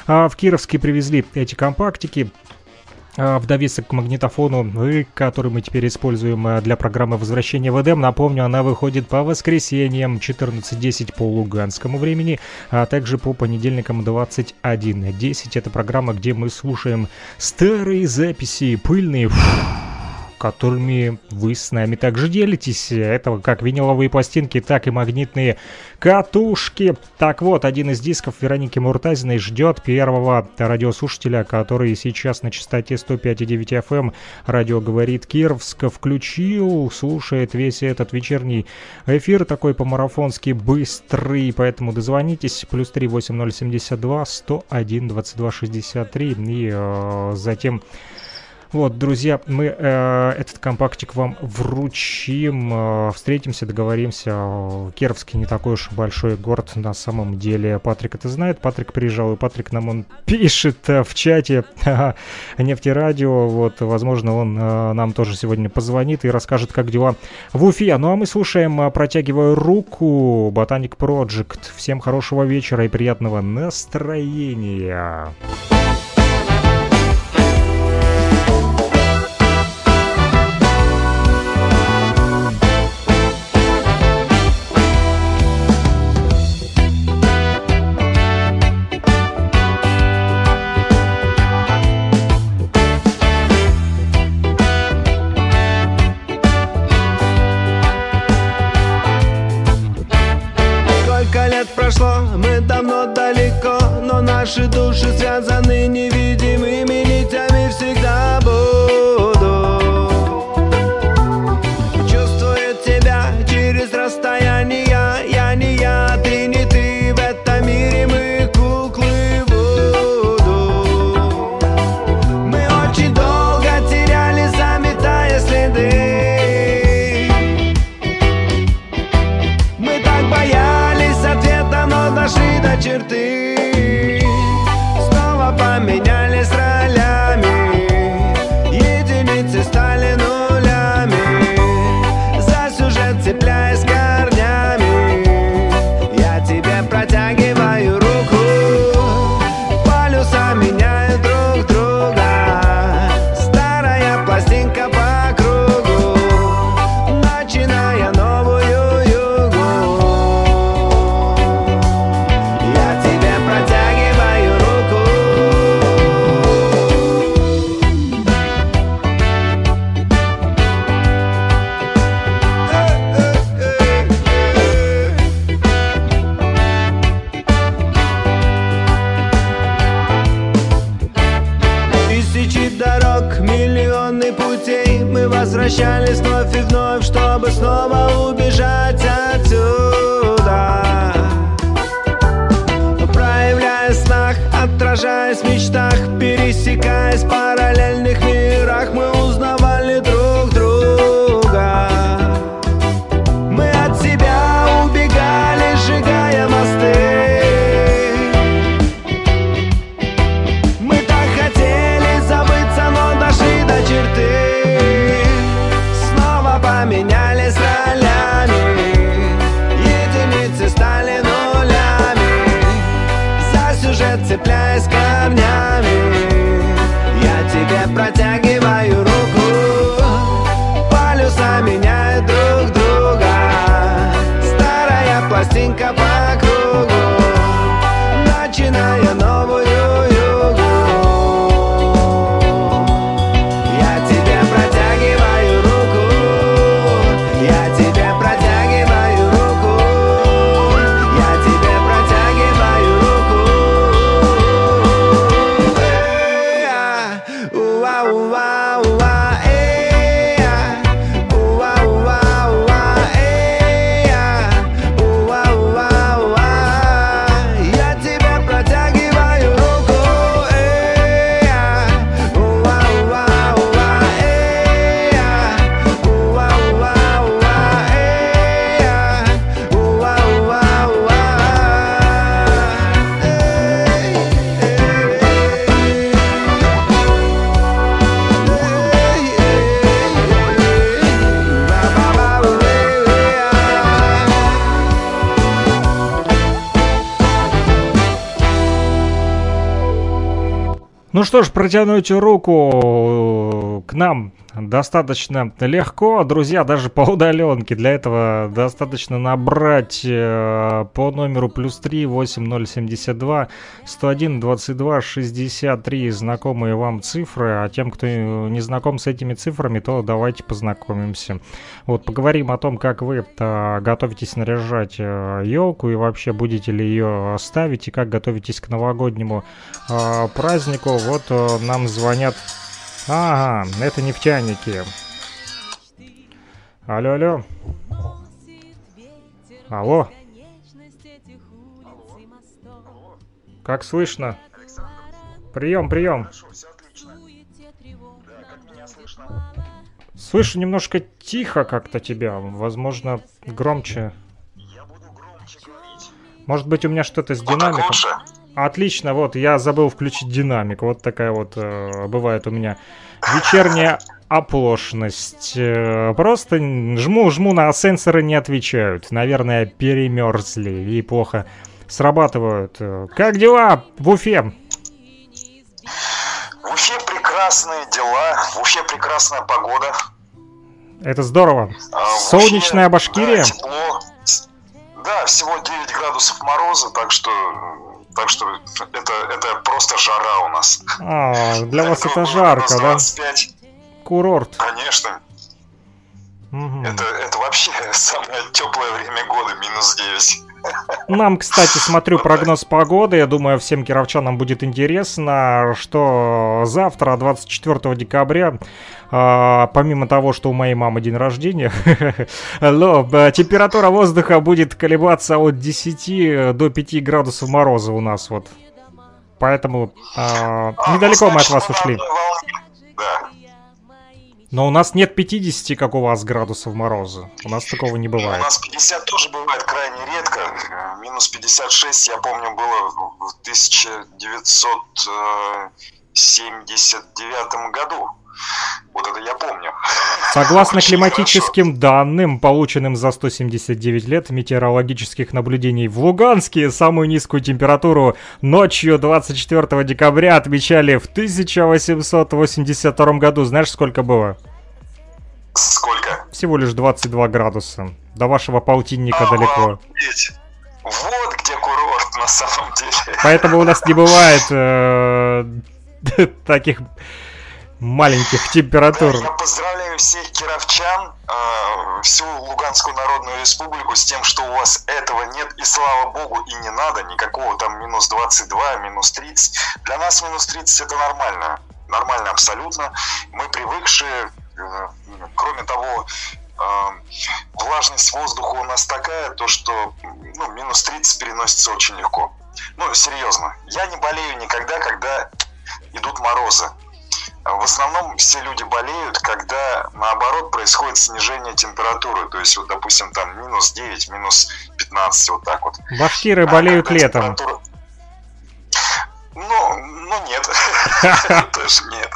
В Кировске привезли эти компактики. В довесок к магнитофону, который мы теперь используем для программы «Возвращение в Эдем». Напомню, она выходит по воскресеньям 14:10 по луганскому времени, а также по понедельникам 21:10. Это программа, где мы слушаем старые записи, пыльные, которыми вы с нами также делитесь. Это как виниловые пластинки, так и магнитные катушки. Так вот, один из дисков Вероники Муртазиной ждет первого радиослушателя, который сейчас на частоте 105,9 FM радио «Говорит Кировск» включил, слушает весь этот вечерний эфир, такой по-марафонски быстрый, поэтому дозвонитесь, +3 8072 101 22 63, и затем... Вот, друзья, мы этот компактик вам вручим, встретимся, договоримся. Кировский не такой уж большой город на самом деле. Патрик это знает, Патрик приезжал, и Патрик он пишет в чате Нефтерадио. Вот, возможно, он нам тоже сегодня позвонит и расскажет, как дела в Уфе. Ну а мы слушаем «Протягиваю руку», Botanic Project. Всем хорошего вечера и приятного настроения. Прошло, мы давно далеко, но наши души связаны невидимыми нитями. Всегда буду чувствовать тебя через расстояние. Я не я, ты не ты, в этом мире мы куклы Вуду. Мы очень долго теряли, заметая следы. Мы так боялись ответа, но дошли до черты. Снова поменялись ролями, единицы стали нулями. За сюжет цепляясь корнями, я тебе протягиваю руку. Полюса меняют друг друга, старая пластинка по кругу, начиная новую югу. Я тебе протягиваю руку. Тысячи дорог, миллионы путей, мы возвращались вновь и вновь, чтобы снова убежать отсюда. Проявляясь в снах, отражаясь в мечтах, пересекаясь в параллельных мирах, мы узнавали друг друга. Мы от себя убегали, сжигая мосты. Мы так хотели забыться, но дошли до черты. Снова поменялись ролями, единицы стали нулями. За сюжет цепляясь корнями, я тебе протягиваю руку. Полюса меняют друг друга, старая пластинка по кругу, начиная новую югу. Я тебе протягиваю руку. Я тебе протягиваю руку. Я тебе протягиваю руку. Уа-уа. Ну что ж, протянуть руку к нам достаточно легко, друзья, даже по удаленке. Для этого достаточно набрать по номеру +3 8072 101 22 63 знакомые вам цифры. А тем, кто не знаком с этими цифрами, то давайте познакомимся. Вот, поговорим о том, как вы готовитесь наряжать елку и вообще будете ли ее ставить, и как готовитесь к новогоднему празднику. Вот нам звонят. Ага, это нефтяники. Алло, алло. Алло. Как слышно? Прием, прием. Слышу немножко тихо как-то тебя. Возможно, громче. Может быть, у меня что-то с динамиком. Отлично, вот, я забыл включить динамик. Вот такая вот бывает у меня вечерняя оплошность. Просто жму, на сенсоры не отвечают. Наверное, перемерзли и плохо срабатывают. Как дела в Уфе? В Уфе прекрасные дела, в Уфе прекрасная погода. Это здорово. Солнечная Башкирия? Да, тепло. Да, всего 9 градусов мороза, так что это просто жара у нас. Для вас это жарко, да? Курорт. Конечно. Угу. Это вообще самое теплое время года, -9. Нам, кстати, смотрю прогноз погоды. Я думаю, всем кировчанам будет интересно, что завтра, 24 декабря, помимо того, что у моей мамы день рождения, температура воздуха будет колебаться от 10 до 5 градусов мороза у нас вот. Поэтому недалеко мы от вас ушли. Но у нас нет 50, как у вас, градусов мороза. У нас такого не бывает. У нас 50 тоже бывает крайне редко. -56, я помню, было в 1979 году. Вот это я помню. Согласно климатическим данным, полученным за 179 лет метеорологических наблюдений в Луганске, самую низкую температуру ночью 24 декабря отмечали в 1882 году. Знаешь, сколько было? Сколько? Всего лишь 22 градуса. До вашего полтинника далеко. Вот где курорт на самом деле. Поэтому у нас не бывает таких маленьких температур. Да, я поздравляю всех кировчан, всю Луганскую Народную Республику с тем, что у вас этого нет, и слава богу, и не надо никакого там -22, -30. Для нас -30 это нормально, нормально абсолютно. Мы привыкшие, кроме того, влажность воздуха у нас такая, то что -30 переносится очень легко. Ну, серьезно, я не болею никогда, когда идут морозы. В основном все люди болеют, когда, наоборот, происходит снижение температуры. То есть, вот, допустим, там -9, -15, вот так вот. Башкиры болеют летом. Ну нет. Тоже нет.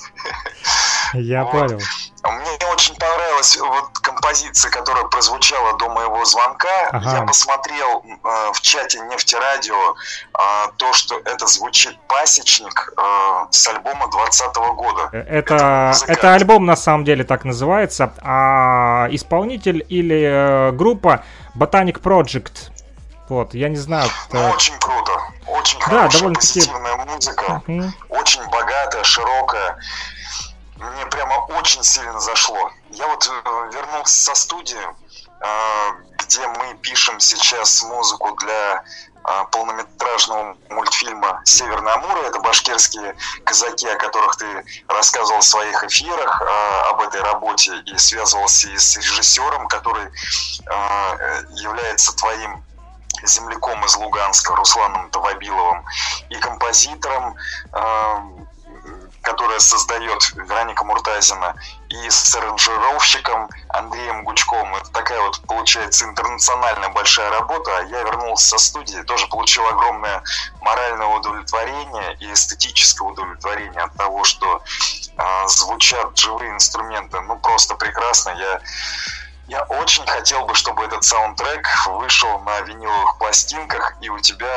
Я понял. Мне очень понравилась вот композиция, которая прозвучала до моего звонка. Ага. Я посмотрел в чате Нефтерадио то, что это звучит «Пасечник» с альбома 2020 года. Это альбом на самом деле так называется, а исполнитель или группа Botanic Project. Вот, я не знаю. Очень круто. Очень хорошая, позитивная музыка. Очень богатая, широкая. Мне прямо очень сильно зашло. Я вот вернулся со студии, где мы пишем сейчас музыку для полнометражного мультфильма «Северная Амура». Это башкирские казаки, о которых ты рассказывал в своих эфирах, об этой работе, и связывался и с режиссером, который является твоим земляком из Луганска, Русланом Тавабиловым, и композитором, которая создает Вероника Муртазина, и с аранжировщиком Андреем Гучковым. Это такая вот, получается, интернациональная большая работа. Я вернулся со студии, тоже получил огромное моральное удовлетворение и эстетическое удовлетворение от того, что звучат живые инструменты. Ну, просто прекрасно. Я очень хотел бы, чтобы этот саундтрек вышел на виниловых пластинках, и у тебя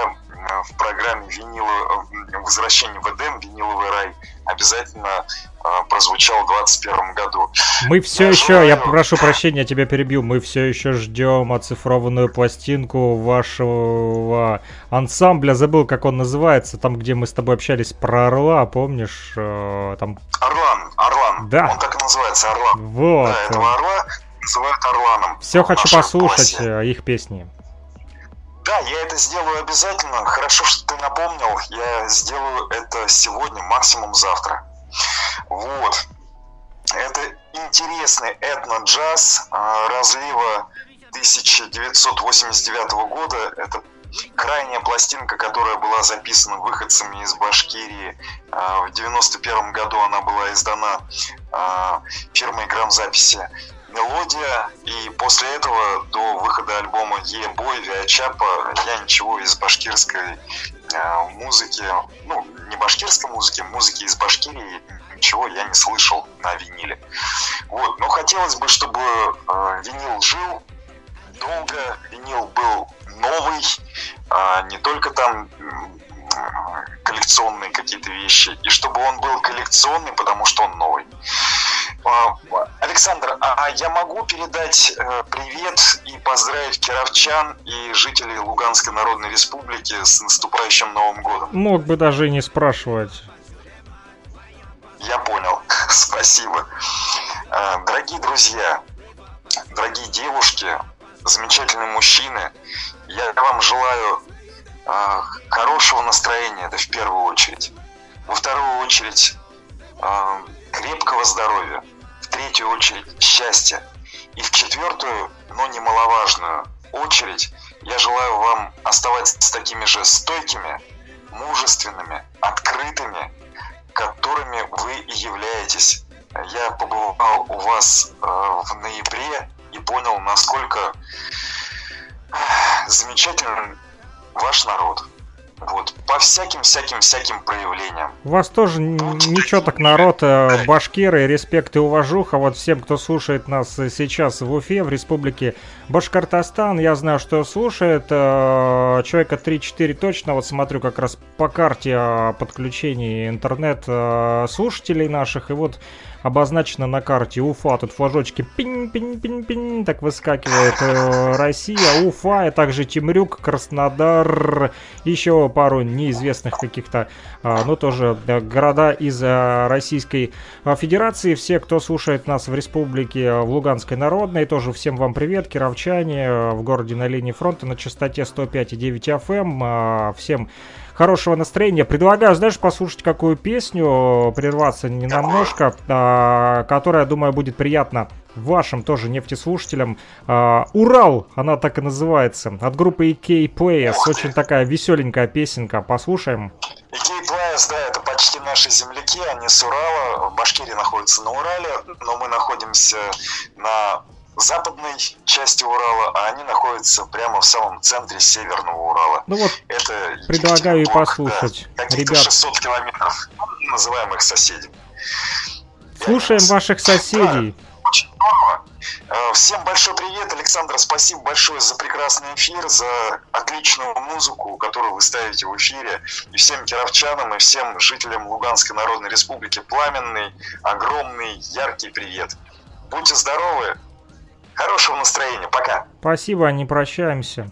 в программе «Возвращение в Эдем», «Виниловый рай» обязательно прозвучал в 2021 году. Мы все еще, я прошу прощения, тебя перебью, мы все еще ждем оцифрованную пластинку вашего ансамбля, забыл, как он называется, там, где мы с тобой общались про Орла, помнишь? Там... Орлан, да. Он так и называется, Орлан. Вот. Да, этого Орла называют Орланом. Все хочу послушать их песни. Да, я это сделаю обязательно. Хорошо, что ты напомнил. Я сделаю это сегодня, максимум завтра. Вот. Это интересный этно-джаз разлива 1989 года. Это крайняя пластинка, которая была записана выходцами из Башкирии. В 91 году она была издана фирмой грамзаписи «Мелодия», и после этого, до выхода альбома «Е-бой», «Виачапа», я ничего из башкирской музыки, ну, не башкирской музыки из Башкирии, ничего я не слышал на виниле. Вот. Но хотелось бы, чтобы винил жил долго, винил был новый, не только там коллекционные какие-то вещи, и чтобы он был коллекционный, потому что он новый. Александр, а я могу передать привет и поздравить кировчан и жителей Луганской Народной Республики с наступающим Новым годом? Мог бы даже и не спрашивать. Я понял. Спасибо. Дорогие друзья, дорогие девушки, замечательные мужчины, я вам желаю хорошего настроения, это в первую очередь. Во вторую очередь, крепкого здоровья. В третью очередь, счастья. И в четвертую, но немаловажную очередь, я желаю вам оставаться такими же стойкими, мужественными, открытыми, которыми вы и являетесь. Я побывал у вас в ноябре и понял, насколько замечательным ваш народ. Вот, по всяким проявлениям. У вас тоже ничего так народ, башкиры, респект и уважуха. Вот всем, кто слушает нас сейчас в Уфе, в республике Башкортостан, я знаю, что слушает человека 3-4 точно. Вот смотрю как раз по карте подключения интернет-слушателей наших, и вот обозначено на карте Уфа, тут флажочки пинь-пинь-пинь-пинь, так выскакивает Россия, Уфа, и также Темрюк, Краснодар, еще пару неизвестных каких-то, ну тоже города из Российской Федерации. Все, кто слушает нас в республике, в Луганской Народной, тоже всем вам привет, кировчане, в городе на линии фронта на частоте 105,9 FM, всем хорошего настроения. Предлагаю, знаешь, послушать какую песню, прерваться немножко, которая, думаю, будет приятна вашим тоже нефтеслушателям. «Урал», она так и называется, от группы EK Players. Очень такая веселенькая песенка. Послушаем. EK Players, да, это почти наши земляки, они с Урала. Башкирия находится на Урале, но мы находимся на западной части Урала, а они находятся прямо в самом центре Северного Урала. Ну вот, это предлагаю и послушать. Да, каких-то ребят, 600 километров, называем их соседями. Слушаем ваших соседей. Да, очень здорово. Всем большой привет, Александр, спасибо большое за прекрасный эфир, за отличную музыку, которую вы ставите в эфире. И всем кировчанам, и всем жителям Луганской Народной Республики пламенный, огромный, яркий привет. Будьте здоровы. Хорошего настроения. Пока. Спасибо, не прощаемся.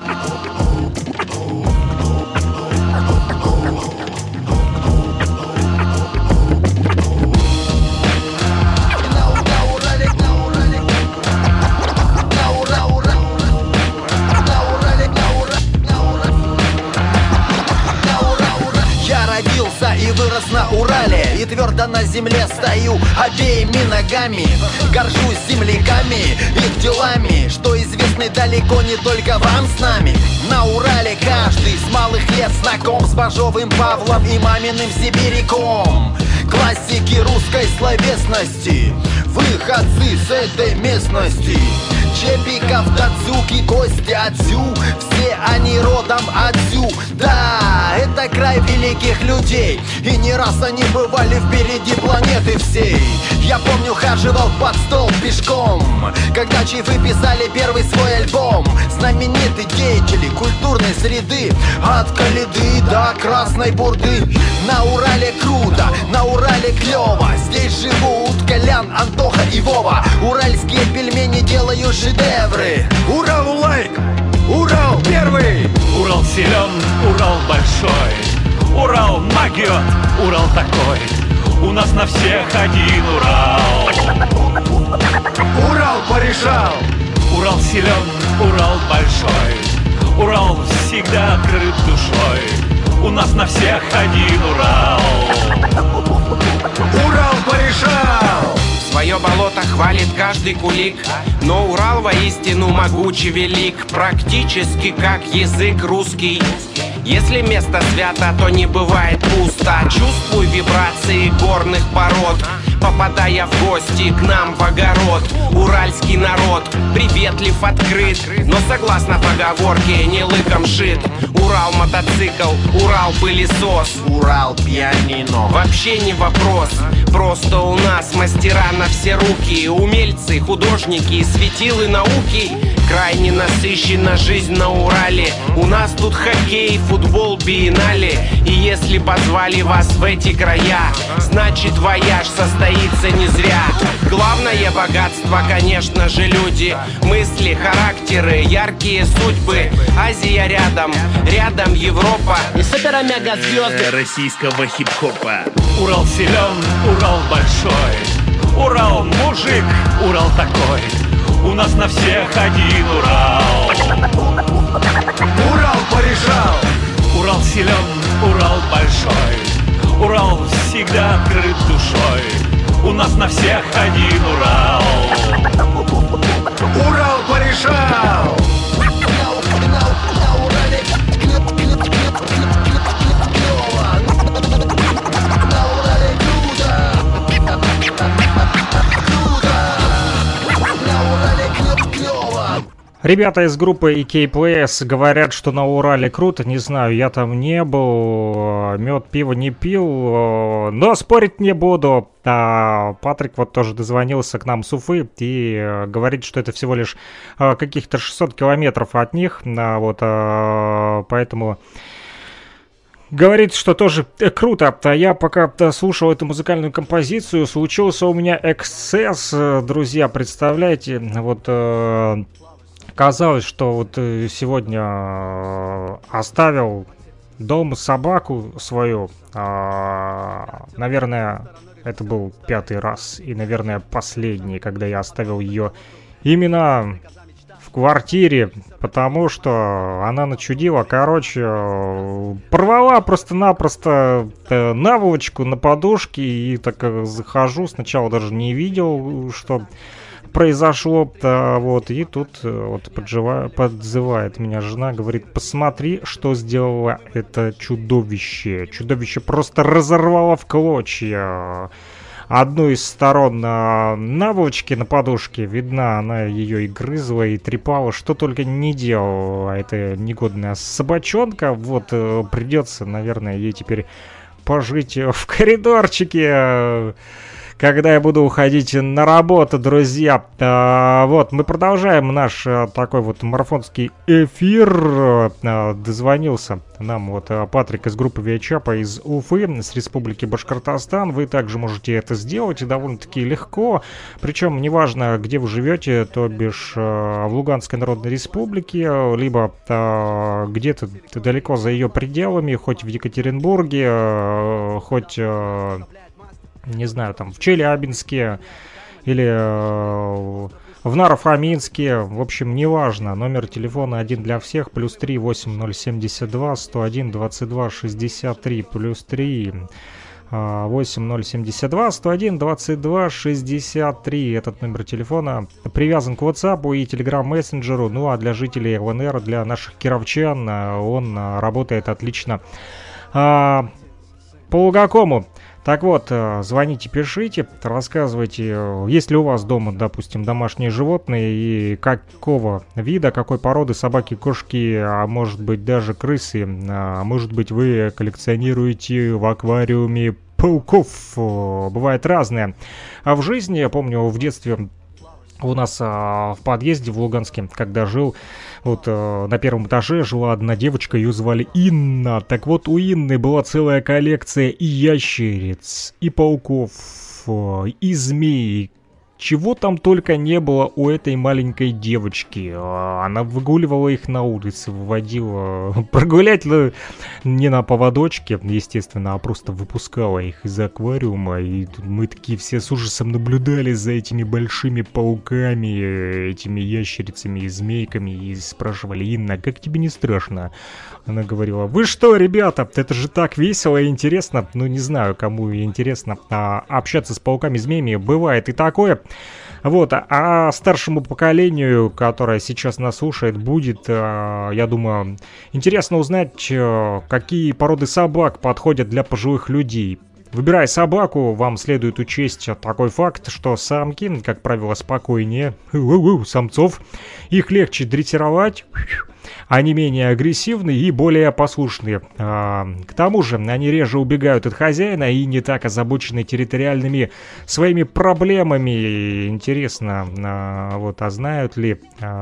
И вырос на Урале, и твердо на земле стою обеими ногами. Горжусь земляками, их делами, что известны далеко не только вам с нами. На Урале каждый с малых лет знаком с Бажовым Павлом и маминым сибиряком. Классики русской словесности, выходцы с этой местности. Чепиков, Дадзуки, Костя, Дзю, все они родом отсюда. Да, это край великих людей, и не раз они бывали впереди планеты всей. Я помню, хаживал под стол пешком, когда чайфы писали первый свой альбом. Знаменитые деятели культурной среды, от Калиды до Красной Бурды. На Урале круто, на Урале клево, здесь живут Колян, Антоха и Вова. Уральские пельмени делают шедевры. Урал лайк, Урал первый. Урал силен, Урал большой, Урал могет, Урал такой. У нас на всех один Урал. Урал порешал. Урал силен, Урал большой, Урал всегда открыт душой. У нас на всех один Урал. Урал порешал. Свое болото хвалит каждый кулик, но Урал воистину могучий велик, практически как язык русский. Если место свято, то не бывает пусто. Чувствуй вибрации горных пород, попадая в гости к нам в огород. Уральский народ приветлив, открыт, но согласно поговорке не лыком шит. Урал мотоцикл, Урал пылесос, Урал пианино. вообще не вопрос. Просто у нас мастера на все руки, умельцы, художники, светилы науки. Крайне насыщена жизнь на Урале. У нас тут хоккей, футбол, биеннале. И если позвали вас в эти края, значит вояж состоится не зря. Главное богатство, конечно же, люди, мысли, характеры, яркие судьбы. Азия рядом, рядом Европа И супер-мега-звезды российского хип-хопа. Урал силен, Урал большой, Урал мужик, Урал такой. У нас на всех один Урал. Урал порешал. Урал силен, Урал большой, Урал всегда открыт душой. У нас на всех один Урал. Урал порешал. Ребята из группы EK Players говорят, что на Урале круто. Не знаю, я там не был, мед, пиво не пил, но спорить не буду. Патрик вот тоже дозвонился к нам с Уфы и говорит, что это всего лишь каких-то 600 километров от них. Вот, поэтому... Говорит, что тоже круто. Я пока слушал эту музыкальную композицию, случился у меня эксцесс, друзья, представляете, вот... Казалось, что вот сегодня оставил дома собаку свою. Наверное, это был 5-й раз и, наверное, последний, когда я оставил ее именно в квартире, потому что она начудила, короче, порвала просто-напросто наволочку на подушке, и так захожу, сначала даже не видел, что... произошло, вот, и тут вот подзывает меня жена, говорит, посмотри, что сделало это чудовище. Чудовище просто разорвало в клочья одну из сторон наволочки на подушке. Видно, она ее и грызла, и трепала, что только не делала эта негодная собачонка. Вот, придется, наверное, ей теперь пожить в коридорчике, когда я буду уходить на работу, друзья. Вот, мы продолжаем наш такой вот марафонский эфир. Дозвонился нам вот Патрик из группы Виачапа из Уфы, с Республики Башкортостан. Вы также можете это сделать довольно-таки легко. Причем неважно, где вы живете, то бишь в Луганской Народной Республике, либо где-то далеко за ее пределами, хоть в Екатеринбурге, хоть... не знаю, там в Челябинске или в Наро-Фоминске, в общем, неважно. Номер телефона один для всех, +3 8072 101 22 63, +3 8072 101 22 63. Этот номер телефона привязан к WhatsApp и Telegram мессенджеру. Ну а для жителей ЛНР, для наших кировчан, он работает отлично по Лугакому. Так вот, звоните, пишите, рассказывайте, есть ли у вас дома, допустим, домашние животные и какого вида, какой породы собаки, кошки, а может быть даже крысы, а может быть вы коллекционируете в аквариуме пауков, бывает разное. А в жизни, я помню, в детстве у нас в подъезде в Луганске, когда жил, вот на первом этаже жила одна девочка, ее звали Инна. Так вот, у Инны была целая коллекция и ящериц, и пауков, и змей. Чего там только не было у этой маленькой девочки. Она выгуливала их на улице, выводила прогулять, не на поводочке, естественно, а просто выпускала их из аквариума. И мы такие все с ужасом наблюдали за этими большими пауками, этими ящерицами и змейками. И спрашивали: Инна, как тебе не страшно? Она говорила: вы что, ребята, это же так весело и интересно. Ну, не знаю, кому интересно общаться с пауками-змеями. Бывает и такое. Вот, а старшему поколению, которое сейчас нас слушает, будет, я думаю, интересно узнать, какие породы собак подходят для пожилых людей. Выбирая собаку, вам следует учесть такой факт, что самки, как правило, спокойнее самцов, их легче дрессировать, они менее агрессивны и более послушные. К тому же они реже убегают от хозяина и не так озабочены территориальными своими проблемами. Интересно, вот, а знают ли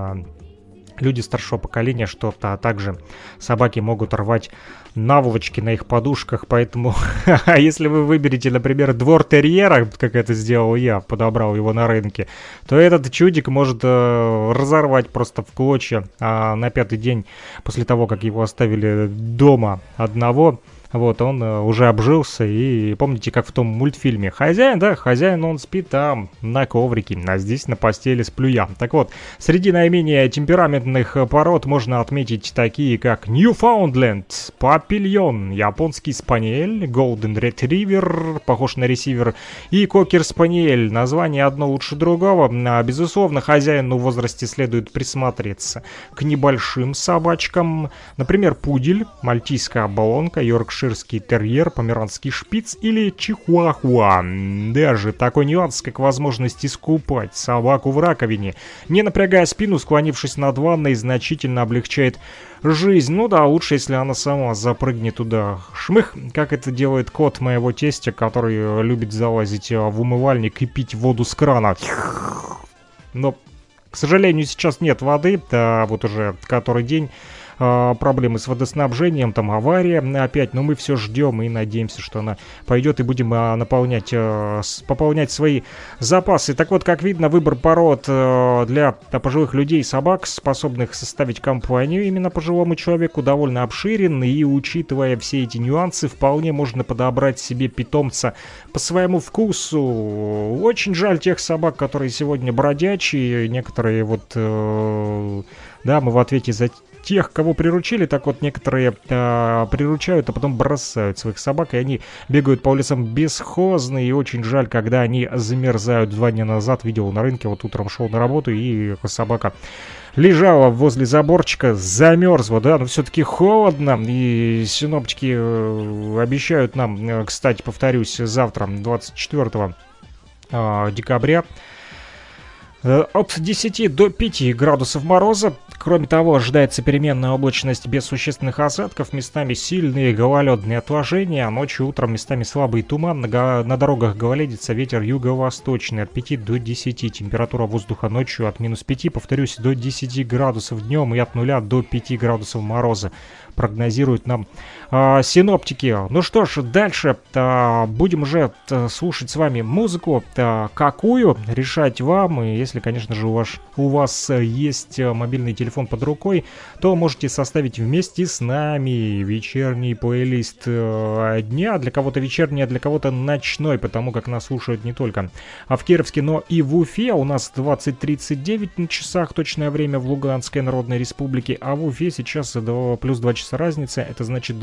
люди старшего поколения, что также собаки могут рвать наволочки на их подушках, поэтому если вы выберете, например, двор-терьера, как это сделал я, подобрал его на рынке, то этот чудик может разорвать просто в клочья, а на 5-й день после того, как его оставили дома одного, вот, он уже обжился, и помните, как в том мультфильме «Хозяин», да, хозяин, он спит там, на коврике, а здесь на постели сплю я. Так вот, среди наименее темпераментных пород можно отметить такие, как Ньюфаундленд, Папильон, японский спаниель, Голден Ретривер, похож на ресивер, и Кокер Спаниель. Название одно лучше другого. Безусловно, хозяину в возрасте следует присмотреться к небольшим собачкам, например, пудель, мальтийская оболонка, йоркширский терьер, померанский шпиц или чихуахуа. Даже такой нюанс, как возможность искупать собаку в раковине, не напрягая спину, склонившись над ванной, значительно облегчает жизнь. Ну да, лучше, если она сама запрыгнет туда. Шмых, как это делает кот моего тестя, который любит залазить в умывальник и пить воду с крана. Но, к сожалению, сейчас нет воды, да, вот уже который день. Проблемы с водоснабжением, там авария опять, но мы все ждем и надеемся, что она пойдет, и будем пополнять свои запасы. Так вот, как видно, выбор пород для пожилых людей и собак, способных составить компанию именно пожилому человеку, довольно обширен, и, учитывая все эти нюансы, вполне можно подобрать себе питомца по своему вкусу. Очень жаль тех собак, которые сегодня бродячие, некоторые вот, да, мы в ответе за тех, кого приручили, так вот некоторые приручают, а потом бросают своих собак, и они бегают по улицам бесхозные, и очень жаль, когда они замерзают. 2 дня назад видел на рынке, вот утром шел на работу, и собака лежала возле заборчика, замерзла, да, но все-таки холодно, и синоптики обещают нам, кстати, повторюсь, завтра, 24 декабря, от 10 до 5 градусов мороза. Кроме того, ожидается переменная облачность без существенных осадков, местами сильные гололедные отложения, а ночью, утром местами слабый туман, на дорогах гололедица, ветер юго-восточный от 5 до 10, температура воздуха ночью от -5, повторюсь, до 10 градусов днем и от 0 до 5 градусов мороза. Прогнозируют нам синоптики. Ну что ж, дальше будем уже слушать с вами музыку. Какую решать вам. И если, конечно же, у вас есть мобильный телефон под рукой, то можете составить вместе с нами вечерний плейлист дня. Для кого-то вечерний, а для кого-то ночной, потому как нас слушают не только в Кировске, но и в Уфе. У нас 20:39 на часах, точное время в Луганской Народной Республике, а в Уфе сейчас плюс 2 часа разница, это значит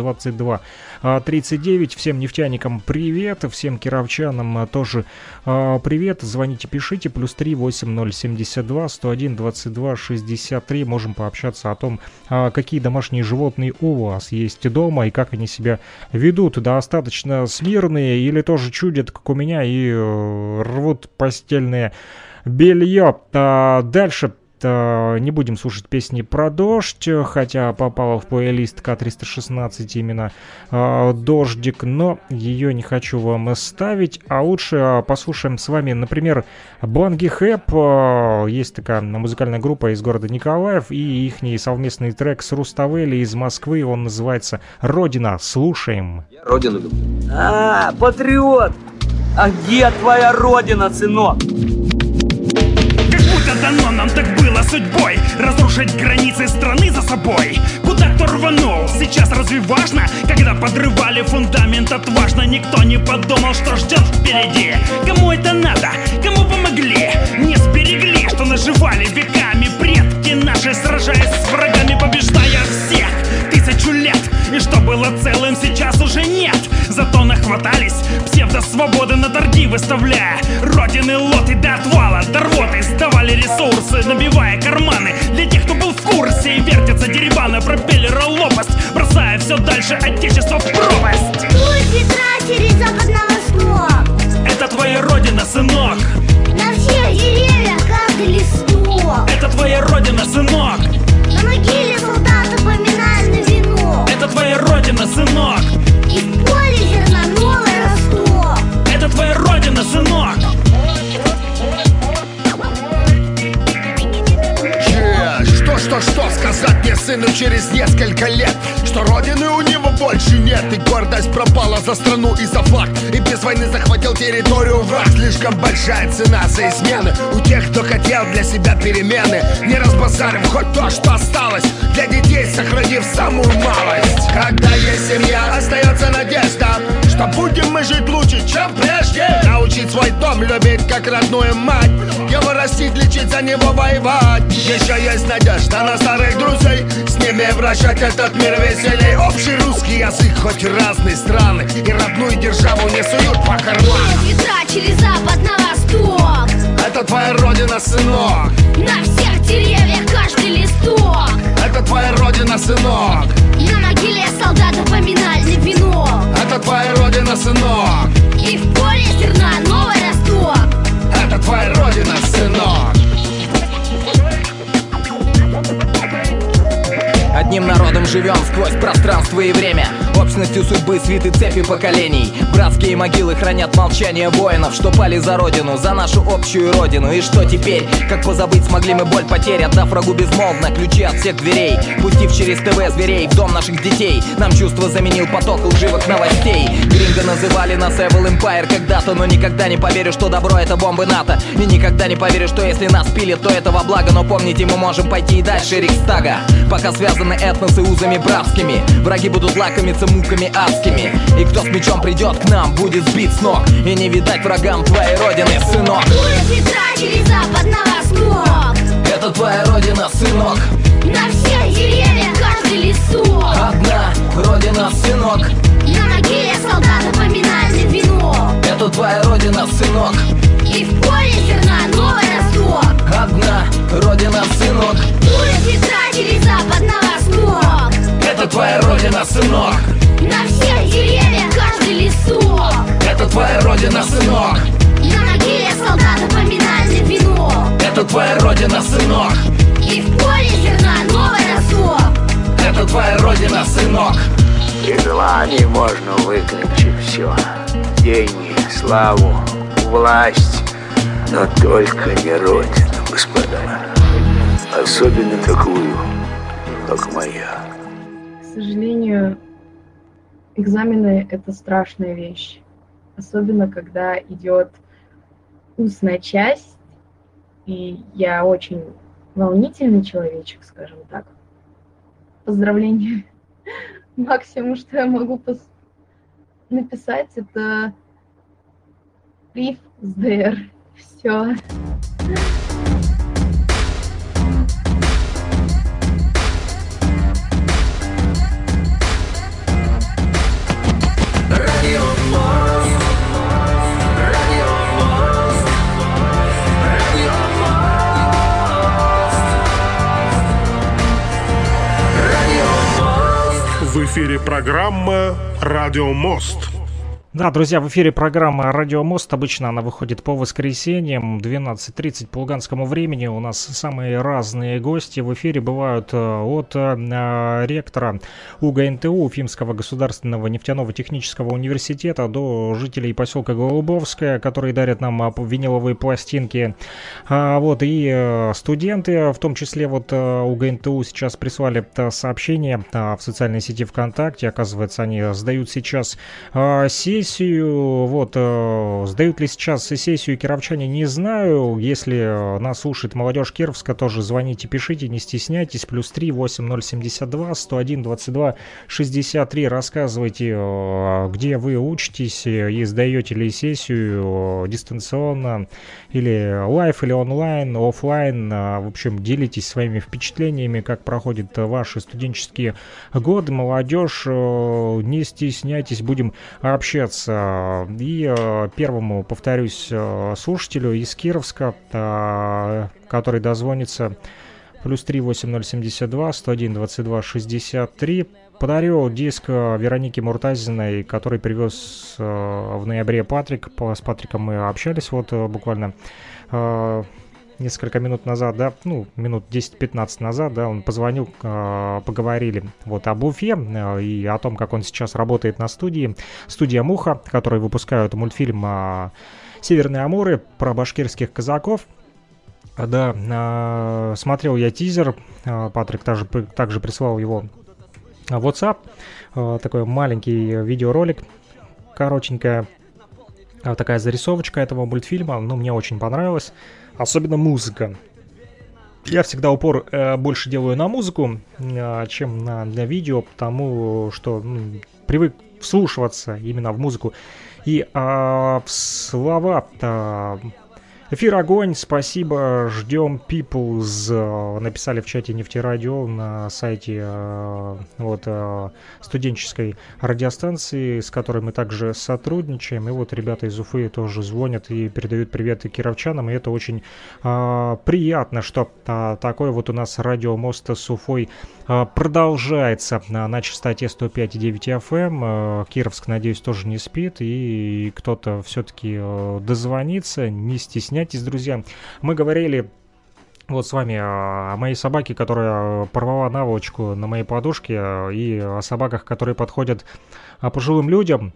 22:39. Всем нефтяникам привет, всем кировчанам тоже привет. Звоните, пишите, +3 80 8072-101-22-63. Можем пообщаться о том, какие домашние животные у вас есть дома и как они себя ведут. Достаточно смирные или тоже чудят, как у меня, и рвут постельное белье. Дальше не будем слушать песни про дождь, хотя попала в плейлист К316 именно «Дождик», но ее не хочу вам ставить, а лучше послушаем с вами, например, Банги Хэп. Есть такая музыкальная группа из города Николаев, и их совместный трек с Руставели из Москвы, он называется «Родина». Слушаем. Я родину люблю. Патриот! А где твоя родина, сынок? Дано нам так было судьбой разрушить границы страны за собой. Куда кто рванул, сейчас разве важно? Когда подрывали фундамент отважно, никто не подумал, что ждет впереди. Кому это надо? Кому помогли? Не сберегли, что наживали веками предки наши, сражаясь с врагами, побеждая всех 1000 лет. И что было целым, сейчас уже нет. Зато нахватались псевдосвободы на торги выставляя родины лоты до отвала, до рвоты. Сдавали ресурсы, набивая карманы для тех, кто был в курсе. И вертятся дерибаны пропеллера лопасть, бросая все дальше отечество в пропасть. Путь ветра через запад на восток. Это твоя родина, сынок. На всех деревьях каждый листок. Это твоя родина, сынок. На могиле солдата поминальный венок. Это твоя родина, сынок. И в поле зерна новый росток. Это твоя родина, сынок. Что сказать мне сыну через несколько лет? Что родины у него больше нет. И гордость пропала за страну и за флаг. И без войны захватил территорию враг. Слишком большая цена за измены у тех, кто хотел для себя перемены. Не разбазарив хоть то, что осталось, для детей сохранив самую малость. Когда есть семья, остается надежда, что будем мы жить лучше, чем прежде. Научить свой дом любить как родную мать, его растить, лечить, за него воевать. Еще есть надежда на старых друзей, с ними вращать этот мир веселей. Общий русский язык, хоть разные страны, и родную державу не суют по карманам. Ветра через запад на восток. Это твоя родина, сынок. На всех деревьях каждый листок. Это твоя родина, сынок. На могиле солдата поминальный венок. Это твоя родина, сынок. И в поле зерна новый росток. Это твоя родина, сынок. Одним народом живем сквозь пространство и время. Общностью судьбы свиты цепи поколений. Братские могилы хранят молчание воинов, что пали за родину, за нашу общую родину. И что теперь? Как позабыть смогли мы боль потерь, отдав врагу безмолвно ключи от всех дверей, пустив через ТВ зверей в дом наших детей. Нам чувство заменил поток лживых новостей. Гринго называли нас Evil Empire когда-то, но никогда не поверю, что добро это бомбы НАТО. И никогда не поверю, что если нас пилят, то это во благо. Но помните, мы можем пойти и дальше Рейхстага. Пока связаны этносы узами братскими, враги будут лакомиться муками адскими. И кто с мечом придет к нам, будет сбит с ног. И не видать врагам твоей родины, сынок. Путь ветра через запад на восток. Это твоя родина, сынок. На всех деревьях каждый листок. Одна родина, сынок. На могиле солдата поминальный венок. Это твоя родина, сынок. И в поле зерна новый росток. Одна родина, сынок. Путь ветра через запад на восток. Это твоя родина, сынок. На всех деревьях каждый листок. Это твоя родина, сынок. На могиле солдата поминальный венок. Это твоя родина, сынок. И в поле зерна новый росток. Это твоя родина, сынок. При желании можно выключить все. Деньги, славу, власть, но только не родину, господа. Особенно такую, как моя. К сожалению, экзамены — это страшная вещь. Особенно, когда идет устная часть. И я очень волнительный человечек, скажем так. Поздравления. Максимум, что я могу написать, это Прив СДР. Все. Радио ВОС. эфире программа «Радио Мост». Да, друзья, в эфире программа «Радио Мост». Обычно она выходит по воскресеньям, 12:30 по луганскому времени. У нас самые разные гости в эфире бывают от ректора УГНТУ, Уфимского государственного нефтяного технического университета, до жителей поселка Голубовское, которые дарят нам виниловые пластинки. Вот, и студенты, в том числе вот УГНТУ, сейчас прислали сообщение в социальной сети ВКонтакте. Оказывается, они сдают сейчас сессию. Вот, сдают ли сейчас сессию кировчане, не знаю. Если нас слушает молодежь Кировска, тоже звоните, пишите, не стесняйтесь. +3 8072 101 22 63. Рассказывайте, где вы учитесь и сдаете ли сессию дистанционно, или лайв, или онлайн, офлайн. В общем, делитесь своими впечатлениями, как проходят ваши студенческие годы. Молодежь, не стесняйтесь, будем общаться. И первому, повторюсь, слушателю из Кировска, который дозвонится, +3 8072 101 22 63, подарю диск Вероники Муртазиной, который привез в ноябре Патрик. С Патриком мы общались вот буквально несколько минут назад, да, ну, минут 10-15 назад, да, он позвонил, поговорили вот об Уфе и о том, как он сейчас работает на студии. Студия «Муха», которые выпускают мультфильм «Северные Амуры» про башкирских казаков. Да, смотрел я тизер, Патрик также прислал его в WhatsApp, такой маленький видеоролик, коротенькая такая зарисовочка этого мультфильма, ну, мне очень понравилось. Особенно музыка. Я всегда упор больше делаю на музыку, чем на видео, потому что привык вслушиваться именно в музыку. И в слова эфир огонь, спасибо, ждем Peoples, написали в чате Нефтерадио на сайте вот студенческой радиостанции, с которой мы также сотрудничаем. И вот ребята из Уфы тоже звонят и передают привет и кировчанам, и это очень приятно, что такой вот у нас радио Мост с Уфой продолжается на частоте 105,9 FM. Кировск, надеюсь, тоже не спит, и кто-то все-таки дозвонится, не стесняйтесь. Друзья, мы говорили вот с вами о моей собаке, которая порвала наволочку на моей подушке, и о собаках, которые подходят пожилым людям.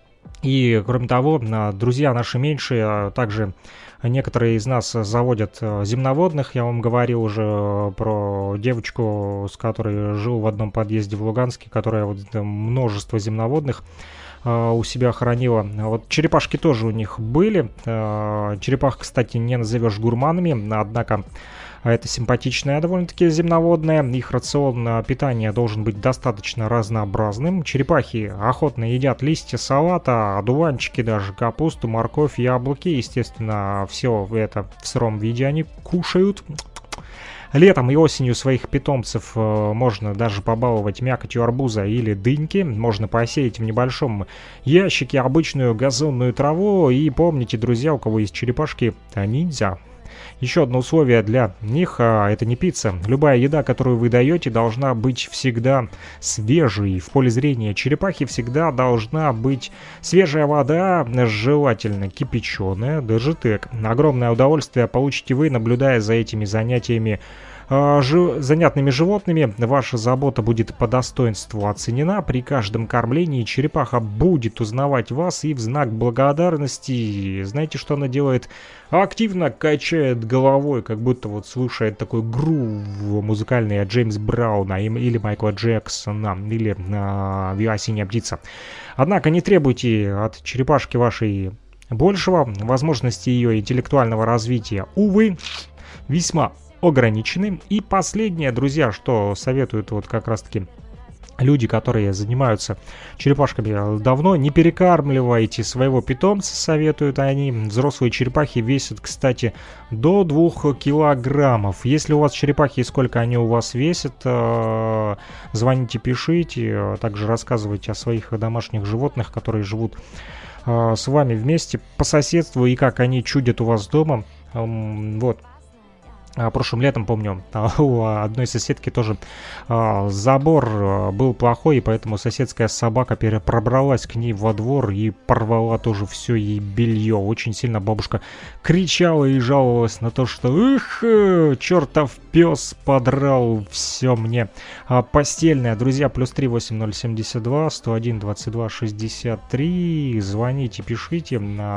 И, кроме того, друзья наши меньшие, также некоторые из нас заводят земноводных. Я вам говорил уже про девочку, с которой жил в одном подъезде в Луганске, которая вот множество земноводных у себя хранила. Вот черепашки тоже у них были. Черепах, кстати, не назовешь гурманами, однако это симпатичная довольно-таки земноводная. Их рацион питания должен быть достаточно разнообразным. Черепахи охотно едят листья салата, одуванчики, даже капусту, морковь, яблоки. Естественно, все это в сыром виде они кушают. Летом и осенью своих питомцев можно даже побаловать мякотью арбуза или дыньки. Можно посеять в небольшом ящике обычную газонную траву. И помните, друзья, у кого есть черепашки, ниндзя. Еще одно условие для них – это не пицца. Любая еда, которую вы даете, должна быть всегда свежей. В поле зрения черепахи всегда должна быть свежая вода, желательно кипяченая, даже так. Огромное удовольствие получите вы, наблюдая за этими занятиями занятными животными. Ваша забота будет по достоинству оценена. При каждом кормлении черепаха будет узнавать вас и в знак благодарности, знаете, что она делает? Активно качает головой, как будто вот слушает такой грув музыкальный от Джеймса Брауна или Майкла Джексона, или «Осенняя птица». Однако не требуйте от черепашки вашей большего. Возможности ее интеллектуального развития, увы, весьма ограничены. И последнее, друзья, что советуют вот как раз-таки люди, которые занимаются черепашками давно: не перекармливайте своего питомца, советуют они. Взрослые черепахи весят, кстати, до 2 килограммов. Если у вас черепахи и сколько они у вас весят, звоните, пишите. Также рассказывайте о своих домашних животных, которые живут с вами вместе по соседству, и как они чудят у вас дома. Вот. Прошлым летом, помню, у одной соседки тоже забор был плохой, и поэтому соседская собака пробралась к ней во двор и порвала тоже все ей белье. Очень сильно бабушка кричала и жаловалась на то, что «Эх, чертов пес подрал все мне постельное». Друзья, +3 8072 101 22 63. Звоните, пишите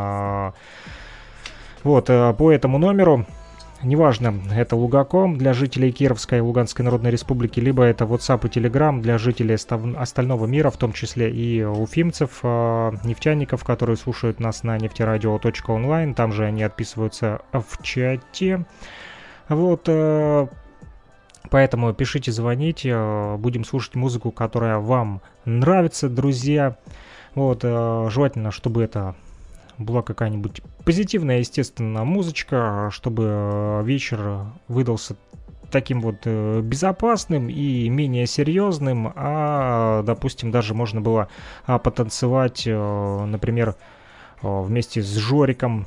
вот по этому номеру. Неважно, это Лугаком для жителей Кировской и Луганской Народной Республики, либо это WhatsApp и Telegram для жителей остального мира, в том числе и уфимцев, нефтяников, которые слушают нас на нефтерадио.онлайн. Там же они отписываются в чате. Вот, поэтому пишите, звоните, будем слушать музыку, которая вам нравится, друзья. Вот, желательно, чтобы это была какая-нибудь позитивная, естественно, музычка, чтобы вечер выдался таким вот безопасным и менее серьезным, допустим, даже можно было потанцевать, например, вместе с Жориком.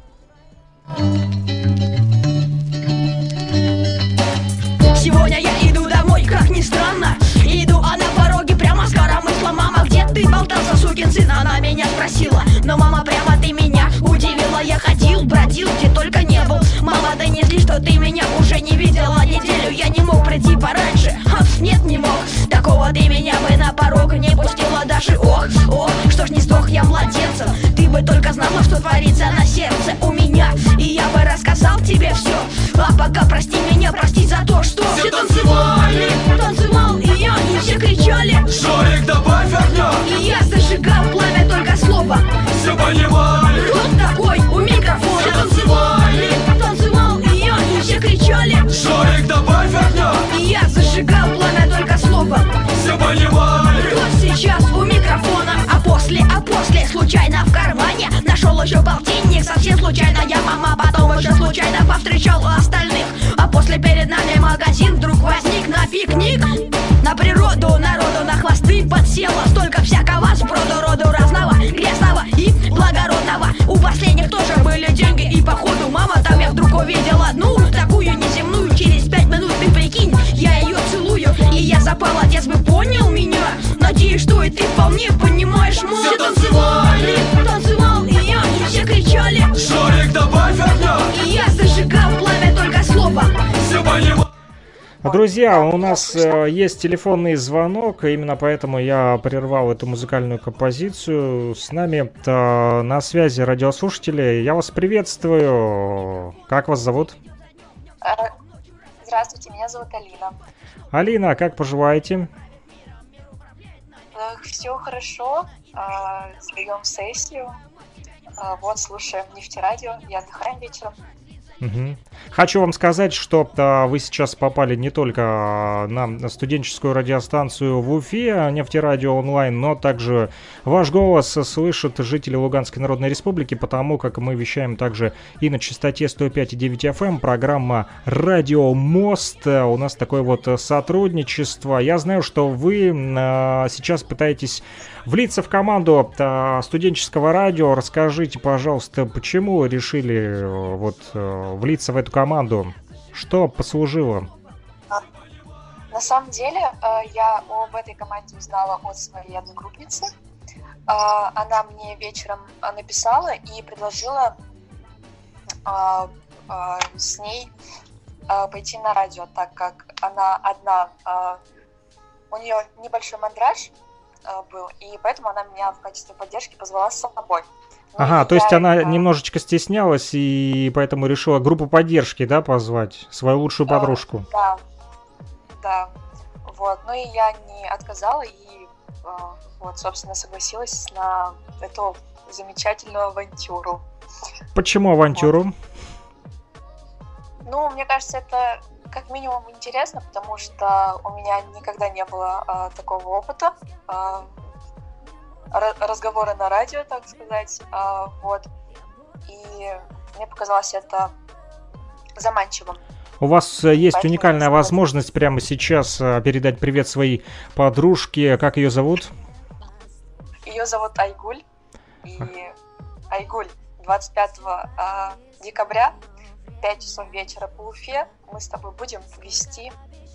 Сегодня я иду домой, как ни странно. Иду, а на пороге прямо с коромысла. Мама, где ты болтался, сукин сын? Она меня спросила. Но, мама, прямо ты меня удивила. Я ходил, бродил, где только не был. Мама, да не зли, что ты меня уже не видела неделю. Я не мог прийти пораньше, нет, не мог. Такого ты меня бы на порог не пустила даже. Ох, что ж не сдох я младенцем. Ты бы только знала, что творится на сердце у меня. И я бы рассказал тебе все. А пока прости меня, прости за то, что все танцевали, танцевал и я, и все кричали: Жорик, добавь огня! И я зажигал пламя, только слово все понимали. Кто такой у микрофона? Все танцевали, танцевал и я, и все кричали: Жорик, добавь огня! И я зажигал пламя, только слово все понимали. Кто сейчас у микрофона? А после, случайно в кармане нашел еще полтинник, совсем случайно я, мама, потом еще случайно повстречал остальных. А после перед нами магазин вдруг возник на пикник. На природу, народу, на хвосты подсела столько всякого сброду, роду разного, грязного и благородного. У последних тоже были деньги, и походу, мама, там я вдруг увидел одну такую неземную. Через 5 минут, ты прикинь, я ее целую, и я запал, отец бы понял меня. Надеюсь, что и ты вполне понимаешь, мол. Все танцевали, танцевал и я, и все кричали: Жорик, добавь огня! И я зажигал пламя, только слово все понимал. Друзья, у нас есть телефонный звонок, именно поэтому я прервал эту музыкальную композицию. С нами на связи радиослушатели. Я вас приветствую. Как вас зовут? Здравствуйте, меня зовут Алина. Алина, как поживаете? Все хорошо. Сдаем сессию. Вот, слушаем Нефтерадио и отдыхаем вечером. Угу. Хочу вам сказать, что вы сейчас попали не только на студенческую радиостанцию в Уфе, Нефтерадио онлайн, но также ваш голос слышат жители Луганской Народной Республики, потому как мы вещаем также и на частоте 105,9 FM, программа «Радио Мост». У нас такое вот сотрудничество. Я знаю, что вы сейчас пытаетесь влиться в команду студенческого радио. Расскажите, пожалуйста, почему решили влиться в эту команду? Что послужило? На самом деле, я об этой команде узнала от своей одногруппницы. Она мне вечером написала и предложила с ней пойти на радио, так как она одна, у нее небольшой мандраж был, и поэтому она меня в качестве поддержки позвала с собой. Ага, то есть она немножечко стеснялась и поэтому решила группу поддержки, да, позвать, свою лучшую подружку. Да, вот, ну и я не отказала и вот, собственно, согласилась на эту замечательную авантюру. Почему авантюру? Вот. Ну, мне кажется, это как минимум интересно, потому что у меня никогда не было такого опыта, разговоры на радио, так сказать, вот, и мне показалось это заманчивым. У вас есть уникальная возможность прямо сейчас передать привет своей подружке. Как ее зовут? Ее зовут Айгуль. И Айгуль 25 декабря 5 часов вечера по Уфе мы с тобой будем вести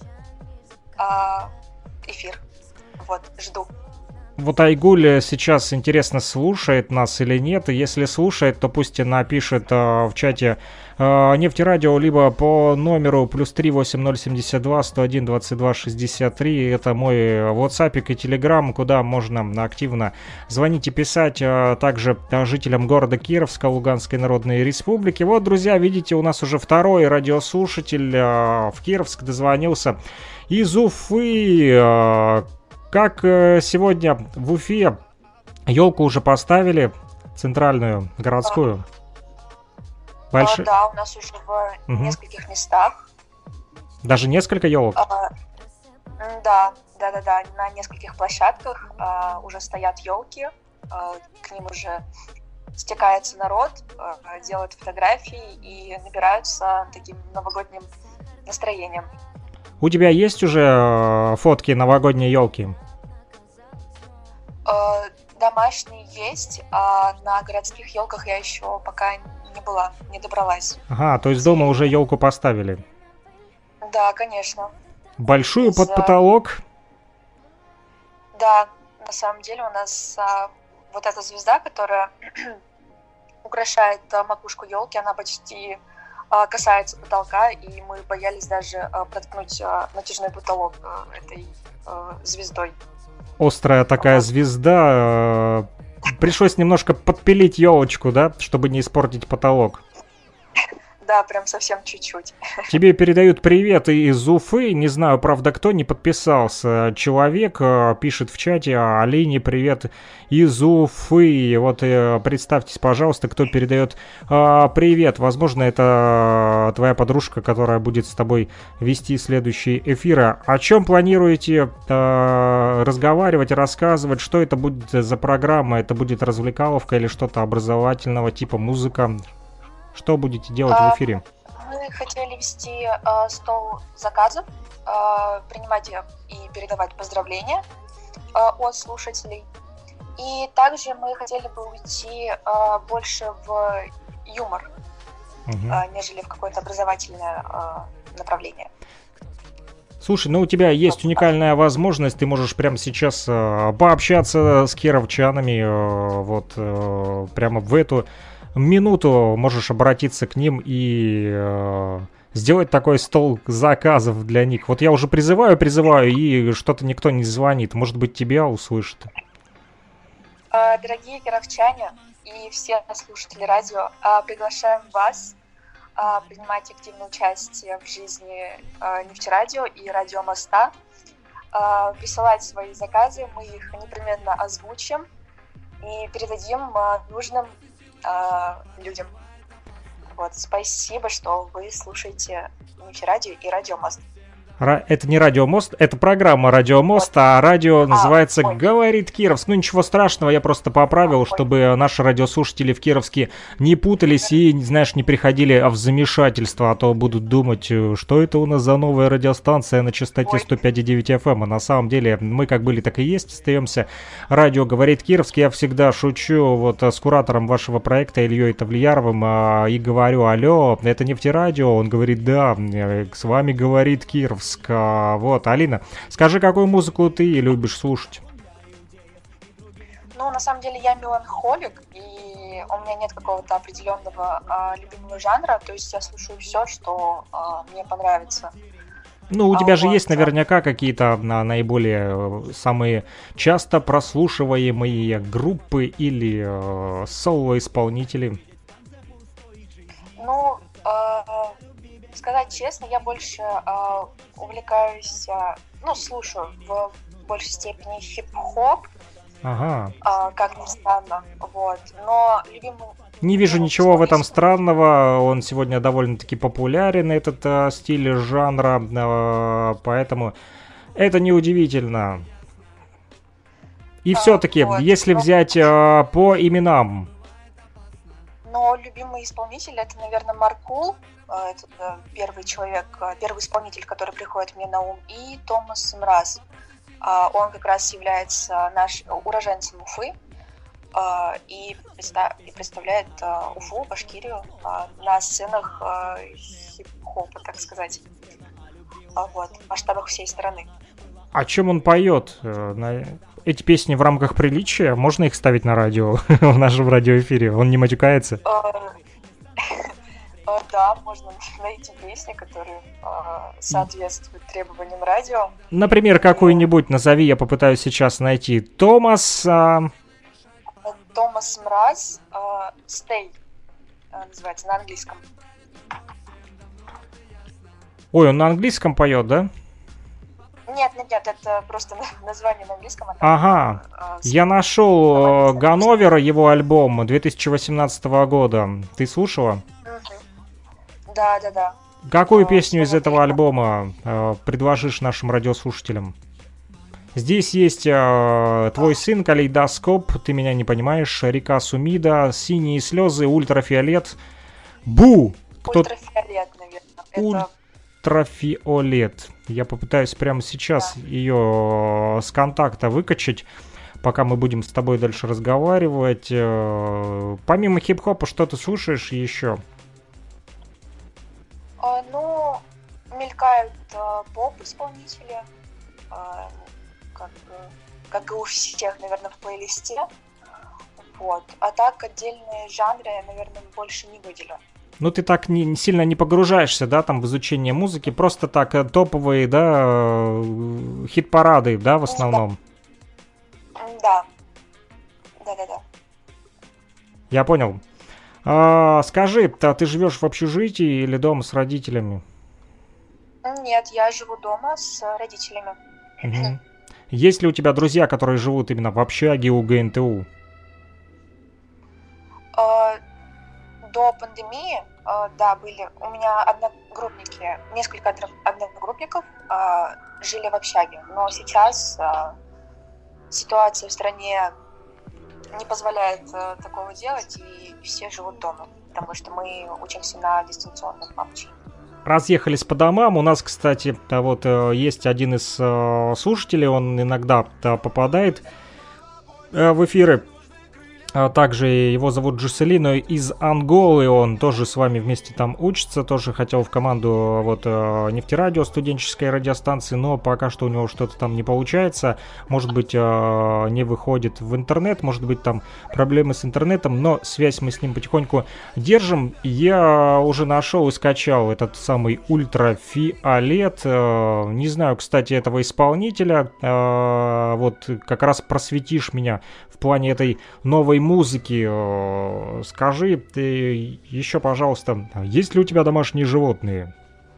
эфир. Вот, жду. Вот Айгуль сейчас, интересно, слушает нас или нет. И если слушает, то пусть напишет в чате Нефтерадио, либо по номеру +3 8072 101 22 63. Это мой WhatsApp и Telegram, куда можно активно звонить и писать. Также жителям города Кировска, Луганской Народной Республики. Вот, друзья, видите, у нас уже второй радиослушатель в Кировск дозвонился из Уфы. Как сегодня в Уфе елку уже поставили, центральную, городскую? Да, у нас уже в нескольких местах. Даже несколько елок? Да, на нескольких площадках уже стоят елки, к ним уже стекается народ, делают фотографии и набираются таким новогодним настроением. У тебя есть уже фотки новогодней елки? Домашние есть, а на городских елках я еще пока не была, не добралась. Ага, то есть дома уже елку поставили? Да, конечно. Большую под потолок? Да, на самом деле у нас вот эта звезда, которая украшает макушку елки, она почти касается потолка, и мы боялись даже проткнуть натяжной потолок этой звездой. Острая такая звезда. Пришлось немножко подпилить елочку, да, чтобы не испортить потолок. Да, прям совсем чуть-чуть. Тебе передают привет из Уфы. Не знаю, правда, кто не подписался. Человек пишет в чате: Алине привет из Уфы. Вот представьтесь, пожалуйста, кто передает привет. Возможно, это твоя подружка, которая будет с тобой вести следующие эфиры. О чем планируете разговаривать, рассказывать? Что это будет за программа? Это будет развлекаловка или что-то образовательного типа музыка? Что будете делать в эфире? Мы хотели вести стол заказов, принимать и передавать поздравления от слушателей. И также мы хотели бы уйти больше в юмор, нежели в какое-то образовательное направление. Слушай, ну у тебя есть уникальная возможность, ты можешь прямо сейчас пообщаться с кировчанами, вот прямо в эту минуту можешь обратиться к ним и сделать такой стол заказов для них. Вот я уже призываю, и что-то никто не звонит. Может быть, тебя услышат. Дорогие кировчане и все слушатели радио, приглашаем вас принимать активное участие в жизни Нефтерадио и Радио Моста. Присылать свои заказы, мы их непременно озвучим и передадим нужным людям. Вот, спасибо, что вы слушаете Нефтерадио и Радио Мост. Это не Радио Мост, это программа Радио Мост, а радио называется «Говорит Кировск». Ну ничего страшного, я просто поправил, чтобы наши радиослушатели в Кировске не путались и, знаешь, не приходили в замешательство, а то будут думать, что это у нас за новая радиостанция на частоте 105,9 FM. А на самом деле мы как были, так и есть, остаемся. Радио «Говорит Кировск». Я всегда шучу вот с куратором вашего проекта Ильей Тавлияровым и говорю: алло, это Нефтерадио? Он говорит: да, с вами говорит Кировск. Вот, Алина, скажи, какую музыку ты любишь слушать? Ну, на самом деле, я меланхолик, и у меня нет какого-то определенного любимого жанра, то есть я слушаю все, что мне понравится. Ну, у тебя же есть наверняка какие-то наиболее самые часто прослушиваемые группы или соло-исполнители? Ну, сказать честно, я больше увлекаюсь, слушаю в большей степени хип-хоп, как ни странно, вот, но любимый... Не вижу ничего в этом странного, он сегодня довольно-таки популярен, этот стиль жанра, поэтому это неудивительно. И все-таки, вот, если взять по именам... Но любимый исполнитель — это, наверное, Маркул. Это первый исполнитель, который приходит мне на ум, и Томас Мраз. Он как раз является уроженцем Уфы. и представляет Уфу, Башкирию на сценах хип-хопа, так сказать, вот, в масштабах всей страны. О чем он поет? Эти песни в рамках приличия? Можно их ставить на радио, в нашем радиоэфире? Он не матюкается? Да, можно найти песни, которые соответствуют требованиям радио. Например, какую-нибудь назови, я попытаюсь сейчас найти. Томас Мраз, Stay, называется, на английском. Ой, он на английском поет, да? Нет, это просто название на английском. Ага, я нашел Ганновер, его альбом 2018 года. Ты слушала? Да. Какую песню из этого альбома предложишь нашим радиослушателям? Здесь есть «Твой сын», «Калейдоскоп», «Ты меня не понимаешь», «Река Сумида», «Синие слезы», «Ультрафиолет». Бу! Ультрафиолет, наверное. Ультрафиолет. Я попытаюсь прямо сейчас ее с контакта выкачать, пока мы будем с тобой дальше разговаривать. Помимо хип-хопа, что ты слушаешь еще? Мелькают поп-исполнители, как и у всех, наверное, в плейлисте. Вот. А так отдельные жанры я, наверное, больше не выделю. Ну, ты так сильно не погружаешься, да, там в изучение музыки, просто так топовые, да, хит-парады, да, в основном? Да. Я понял. Скажи, ты живешь в общежитии или дома с родителями? Нет, я живу дома с родителями. Угу. Есть ли у тебя друзья, которые живут именно в общаге у ГНТУ? До пандемии, да, были. У меня несколько одногруппников жили в общаге. Но сейчас ситуация в стране не позволяет такого делать, и все живут дома, потому что мы учимся на дистанционном обучении. Разъехались по домам. У нас, кстати, вот есть один из слушателей, он иногда попадает в эфиры. Также его зовут Джуселино из Анголы, он тоже с вами вместе там учится, тоже хотел в команду вот нефтерадио, студенческой радиостанции, но пока что у него что-то там не получается, может быть не выходит в интернет, может быть там проблемы с интернетом, но связь мы с ним потихоньку держим. Я уже нашел и скачал этот самый Ультрафиолет, не знаю, кстати, этого исполнителя, вот как раз просветишь меня в плане этой новой музыки. Скажи ты еще, пожалуйста, есть ли у тебя домашние животные?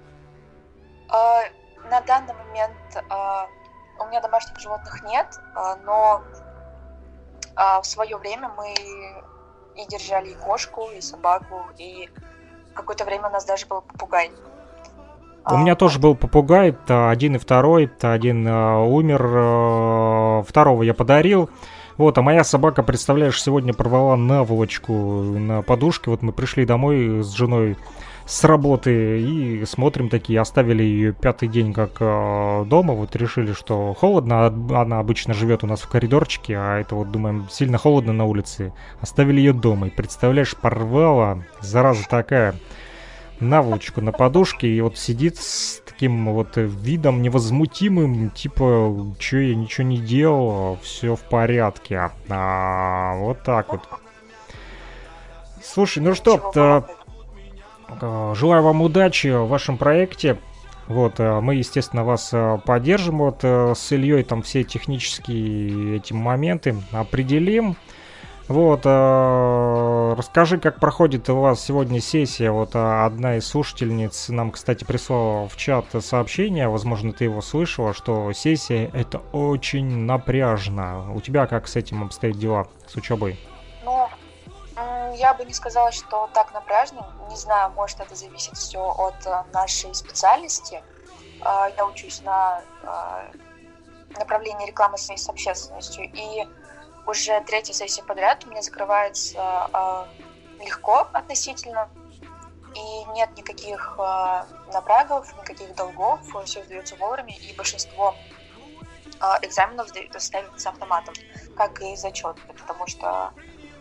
На данный момент у меня домашних животных нет, но в свое время мы и держали и кошку, и собаку, и какое-то время у нас даже был попугай. У меня тоже был попугай, один и второй, один умер, второго я подарил. Вот, а моя собака, представляешь, сегодня порвала наволочку на подушке. Вот мы пришли домой с женой с работы и смотрим такие, оставили ее 5-й день как дома. Вот решили, что холодно, она обычно живет у нас в коридорчике, а это вот, думаем, сильно холодно на улице. Оставили ее дома, и представляешь, порвала, зараза такая, наволочку на подушке, и вот сидит с таким вот видом невозмутимым, типа, что я ничего не делал, все в порядке. Вот так вот. Слушай, ну что, желаю вам удачи в вашем проекте. Вот, мы, естественно, вас поддержим. Вот с Ильей там все технические эти моменты определим. Вот, расскажи, как проходит у вас сегодня сессия. Вот одна из слушательниц нам, кстати, прислала в чат сообщение, возможно, ты его слышала, что сессия — это очень напряжно. У тебя как с этим обстоят дела, с учебой? Ну, я бы не сказала, что так напряжно. Не знаю, может, это зависит все от нашей специальности. Я учусь на направлении рекламы связи с общественностью, и уже 3-я сессия подряд у меня закрывается легко относительно, и нет никаких напрягов, никаких долгов, все сдается вовремя, и большинство экзаменов ставится автоматом, как и зачет, потому что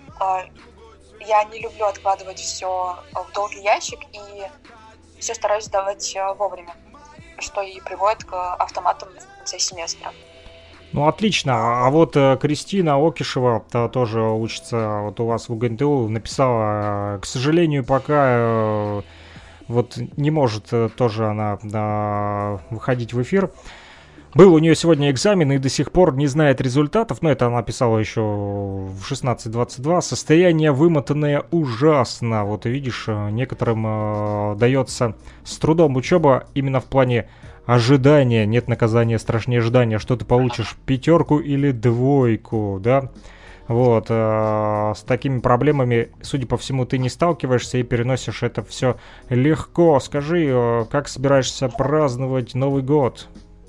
я не люблю откладывать все в долгий ящик и все стараюсь сдавать вовремя, что и приводит к автоматам в конце семестра. Ну, отлично. А вот Кристина Окишева тоже учится вот у вас в УГНТУ, написала, к сожалению, пока вот не может тоже она выходить в эфир. Был у нее сегодня экзамен и до сих пор не знает результатов, но это она писала еще в 16:22. Состояние вымотанное ужасно. Вот видишь, некоторым дается с трудом учеба именно в плане ожидания. Нет наказания страшнее ожидания, что ты получишь 5 или 2, да? Вот, с такими проблемами, судя по всему, ты не сталкиваешься и переносишь это все легко. Скажи, как собираешься праздновать Новый год?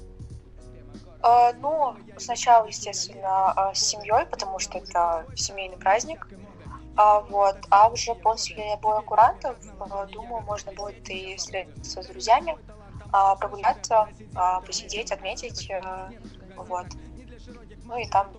Ну, сначала, естественно, с семьей, потому что это семейный праздник. Вот. А уже после боя курантов, думаю, можно будет и встретиться с друзьями, прогуляться, посидеть, отметить. Вот. Ну и там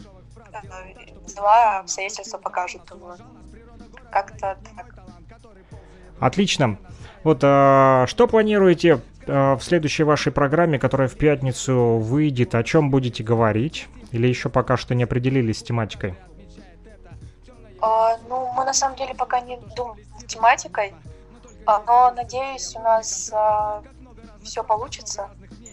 дела, обстоятельства покажут, думаю. Как-то так. Отлично. Вот что планируете в следующей вашей программе, которая в пятницу выйдет? О чем будете говорить? Или еще пока что не определились с тематикой? Ну, мы на самом деле пока не думаем с тематикой, но надеюсь, у нас все получится,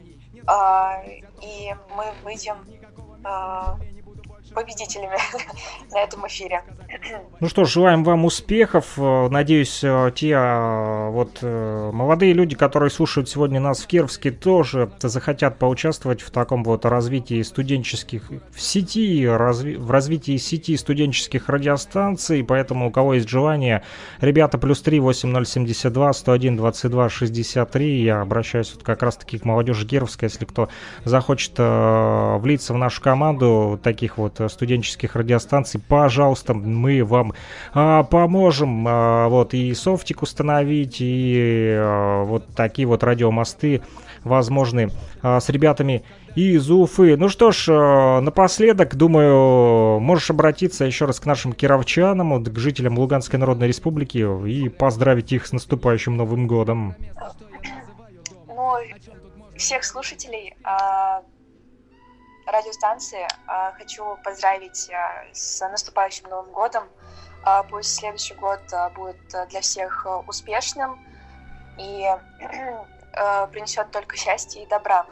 и мы выйдем победителями на этом эфире. Ну что ж, желаем вам успехов. Надеюсь, те вот молодые люди, которые слушают сегодня нас в Кировске, тоже захотят поучаствовать в таком вот развитии студенческих в сети, в развитии сети студенческих радиостанций. Поэтому, у кого есть желание, ребята, +3 8072 101 22 63. Я обращаюсь вот как раз-таки к молодежи Кировска, если кто захочет влиться в нашу команду таких вот студенческих радиостанций, пожалуйста, мы вам поможем вот и софтик установить, и вот такие вот радиомосты возможны с ребятами из Уфы. Ну что ж, напоследок, думаю, можешь обратиться еще раз к нашим кировчанам, к жителям Луганской Народной Республики и поздравить их с наступающим Новым годом. Ну, всех слушателей радиостанции хочу поздравить с наступающим Новым годом. Пусть следующий год будет для всех успешным и принесет только счастье и добра.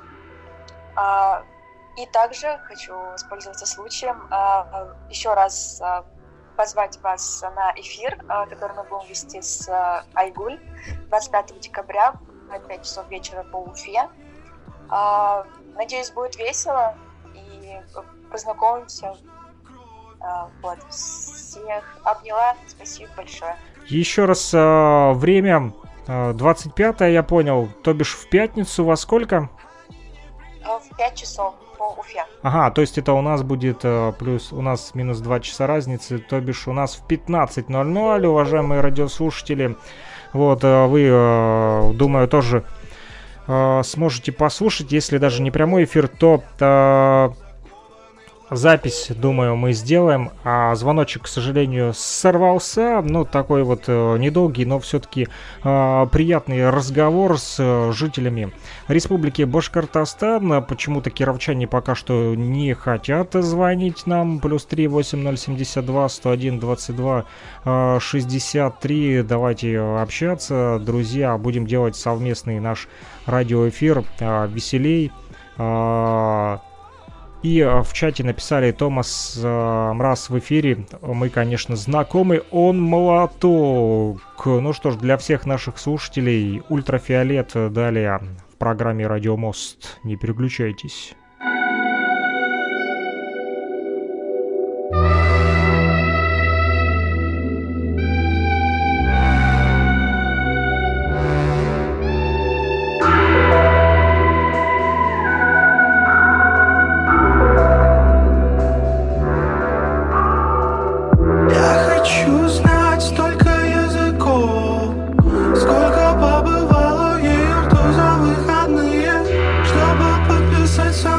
И также хочу воспользоваться случаем еще раз позвать вас на эфир, который мы будем вести с Айгуль 25 декабря в 5 часов вечера по Уфе. Надеюсь, будет весело. Познакомимся. Вот. Всех обняла. Спасибо большое. Еще раз время 25-е, я понял. То бишь в пятницу во сколько? В 5 часов по Уфе. Ага, то есть это у нас будет плюс, у нас минус 2 часа разницы. То бишь у нас в 15:00, уважаемые радиослушатели. Вот, вы, думаю, тоже сможете послушать. Если даже не прямой эфир, то запись, думаю, мы сделаем. А звоночек, к сожалению, сорвался. Ну, такой вот недолгий, но все-таки приятный разговор с жителями Республики Башкортостан. Почему-то кировчане пока что не хотят звонить нам. +3 8072 101 22 63. Давайте общаться, друзья. Будем делать совместный наш радиоэфир веселей. И в чате написали: Томас Мраз в эфире. Мы, конечно, знакомы. Он молоток. Ну что ж, для всех наших слушателей Ультрафиолет далее в программе Радио Мост. Не переключайтесь. Чтобы подписать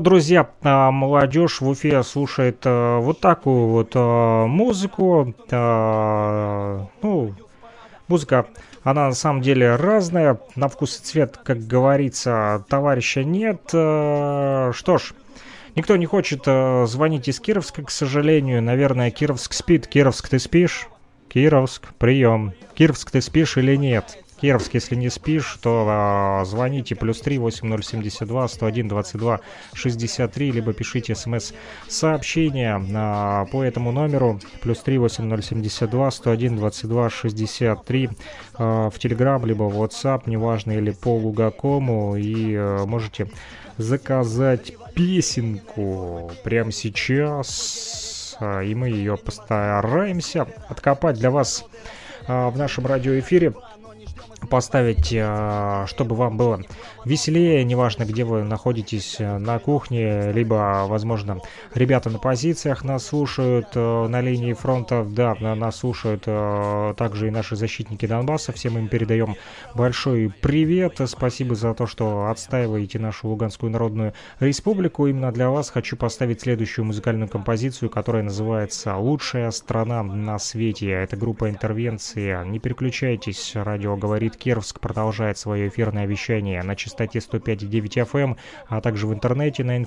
друзья, молодежь в Уфе слушает вот такую вот музыку. Музыка, она на самом деле разная. На вкус и цвет, как говорится, товарища нет. Что ж, никто не хочет звонить из Кировска, к сожалению. Наверное, Кировск спит. Кировск, ты спишь? Кировск, прием. Кировск, ты спишь или нет? Кировск, если не спишь, то звоните +3 8072 101 22 63, либо пишите смс-сообщение по этому номеру +3 8072 101 22 63 в Telegram, либо в WhatsApp, неважно, или по Лугакому, и можете заказать песенку прямо сейчас, и мы ее постараемся откопать для вас в нашем радиоэфире, поставить, чтобы вам было веселее, неважно, где вы находитесь, на кухне, либо, возможно, ребята на позициях нас слушают на линии фронта, да, нас слушают также и наши защитники Донбасса, всем им передаем большой привет, спасибо за то, что отстаиваете нашу Луганскую Народную Республику. Именно для вас хочу поставить следующую музыкальную композицию, которая называется «Лучшая страна на свете». Это группа «Интервенция». Не переключайтесь, радио говорит Кировск продолжает свое эфирное вещание на частоте 105,9 FM, а также в интернете на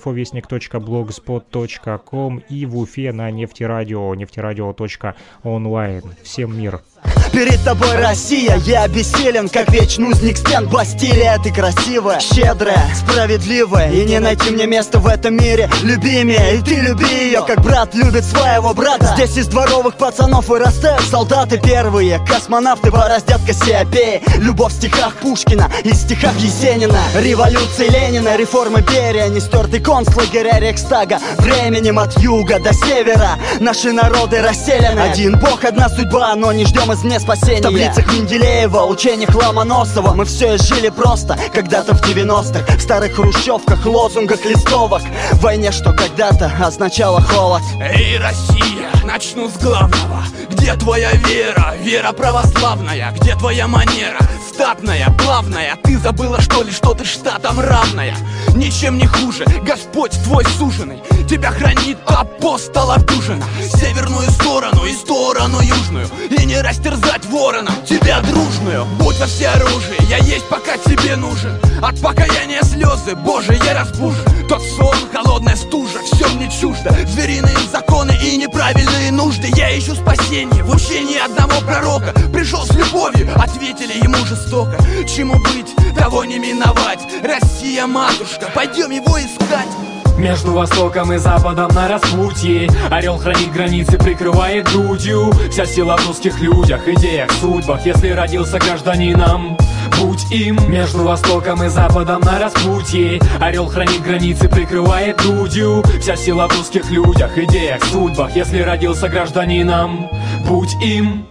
infovestник.blogspot.com и в Уфе на нефтерадио, нефтерадио.онлайн. Всем мир! Перед тобой Россия, я обессилен, как вечный узник стен Бастилия. Ты красивая, щедрая, справедливая, и не найти мне места в этом мире любимее. И ты люби ее, как брат любит своего брата. Здесь из дворовых пацанов вырастают солдаты первые, космонавты, бороздят Кассиопеи. Любовь в стихах Пушкина и стихах Есенина. Революции Ленина, реформы Берия, нестертый концлагеря Рейхстага. Временем от юга до севера наши народы расселены. Один бог, одна судьба, но не ждем извне спасения. В таблицах Менделеева, учениях Ломоносова мы все и жили просто, когда-то в 90-х. В старых хрущевках, лозунгах, листовок. В войне, что когда-то означало холод. Эй, Россия, начну с главного. Где твоя вера, вера православная? Где твоя манера, статная, плавная? Ты забыла, что ли, что ты штатам равная? Ничем не хуже, Господь твой суженый. Тебя хранит апостола дюжина. Северную сторону и сторону южную. И не растерзать вороном тебя дружную. Будь во всеоружии, я есть пока тебе нужен. От покаяния слезы, Боже, я разбужен. Тот сон, холодная стужа, все мне чуждо. Звериные законы и неправильные нужды. Я ищу спасение в учении одного пророка. Пришел с любовью, ответили ему жестоко. Чему быть, того не миновать. Россия, матушка, пойдем его искать. Между Востоком и Западом на распутье орел хранит границы, прикрывает грудью. Вся сила в русских людях, идеях, судьбах. Если родился гражданином, будь им. Между Востоком и Западом на распутье орел хранит границы, прикрывает грудью. Вся сила в русских людях, идеях, судьбах. Если родился гражданином, будь им.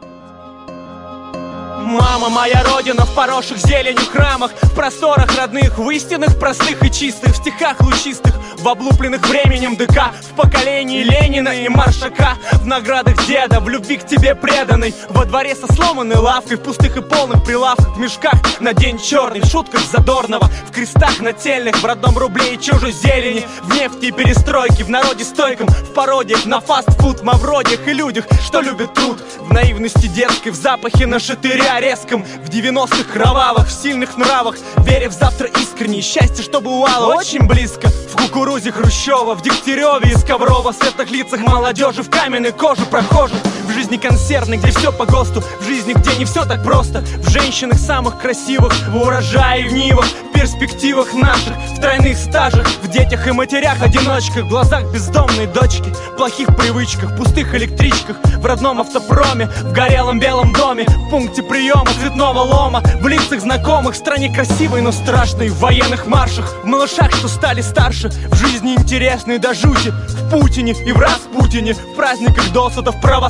Мама, моя родина в поросших зеленью храмах, в просторах родных, в истинных, простых и чистых, в стихах лучистых, в облупленных временем ДК, в поколении Ленина и Маршака, в наградах деда, в любви к тебе преданной, во дворе со сломанной лавкой, в пустых и полных прилавках, в мешках на день черный, в шутках Задорнова, в крестах нательных, в родном рубле и чужой зелени, в нефти и перестройке, в народе стойком, в пародиях на фастфуд, мавродиях и людях, что любят труд, в наивности детской, в запахе на шатыря резком, в 90-х кровавых, в сильных нравах, веря в завтра искренне, счастье, что бывало очень близко, в кукурузе Хрущева, в Дегтяреве из Коврова, в светлых лицах молодежи, в каменной коже прохожих, в жизни консервной, где все по ГОСТу, в жизни, где не все так просто, в женщинах самых красивых, в урожае, в нивах, в перспективах наших, в тройных стажах, в детях и матерях-одиночках, в глазах бездомной дочки, в плохих привычках, пустых электричках, в родном автопроме, в горелом белом доме, в пункте приема цветного лома, в лицах знакомых, в стране красивой, но страшной, в военных маршах, в малышах, что стали старше, в жизни интересной до жути, в Путине и в Распутине, в праздниках досыта, в православных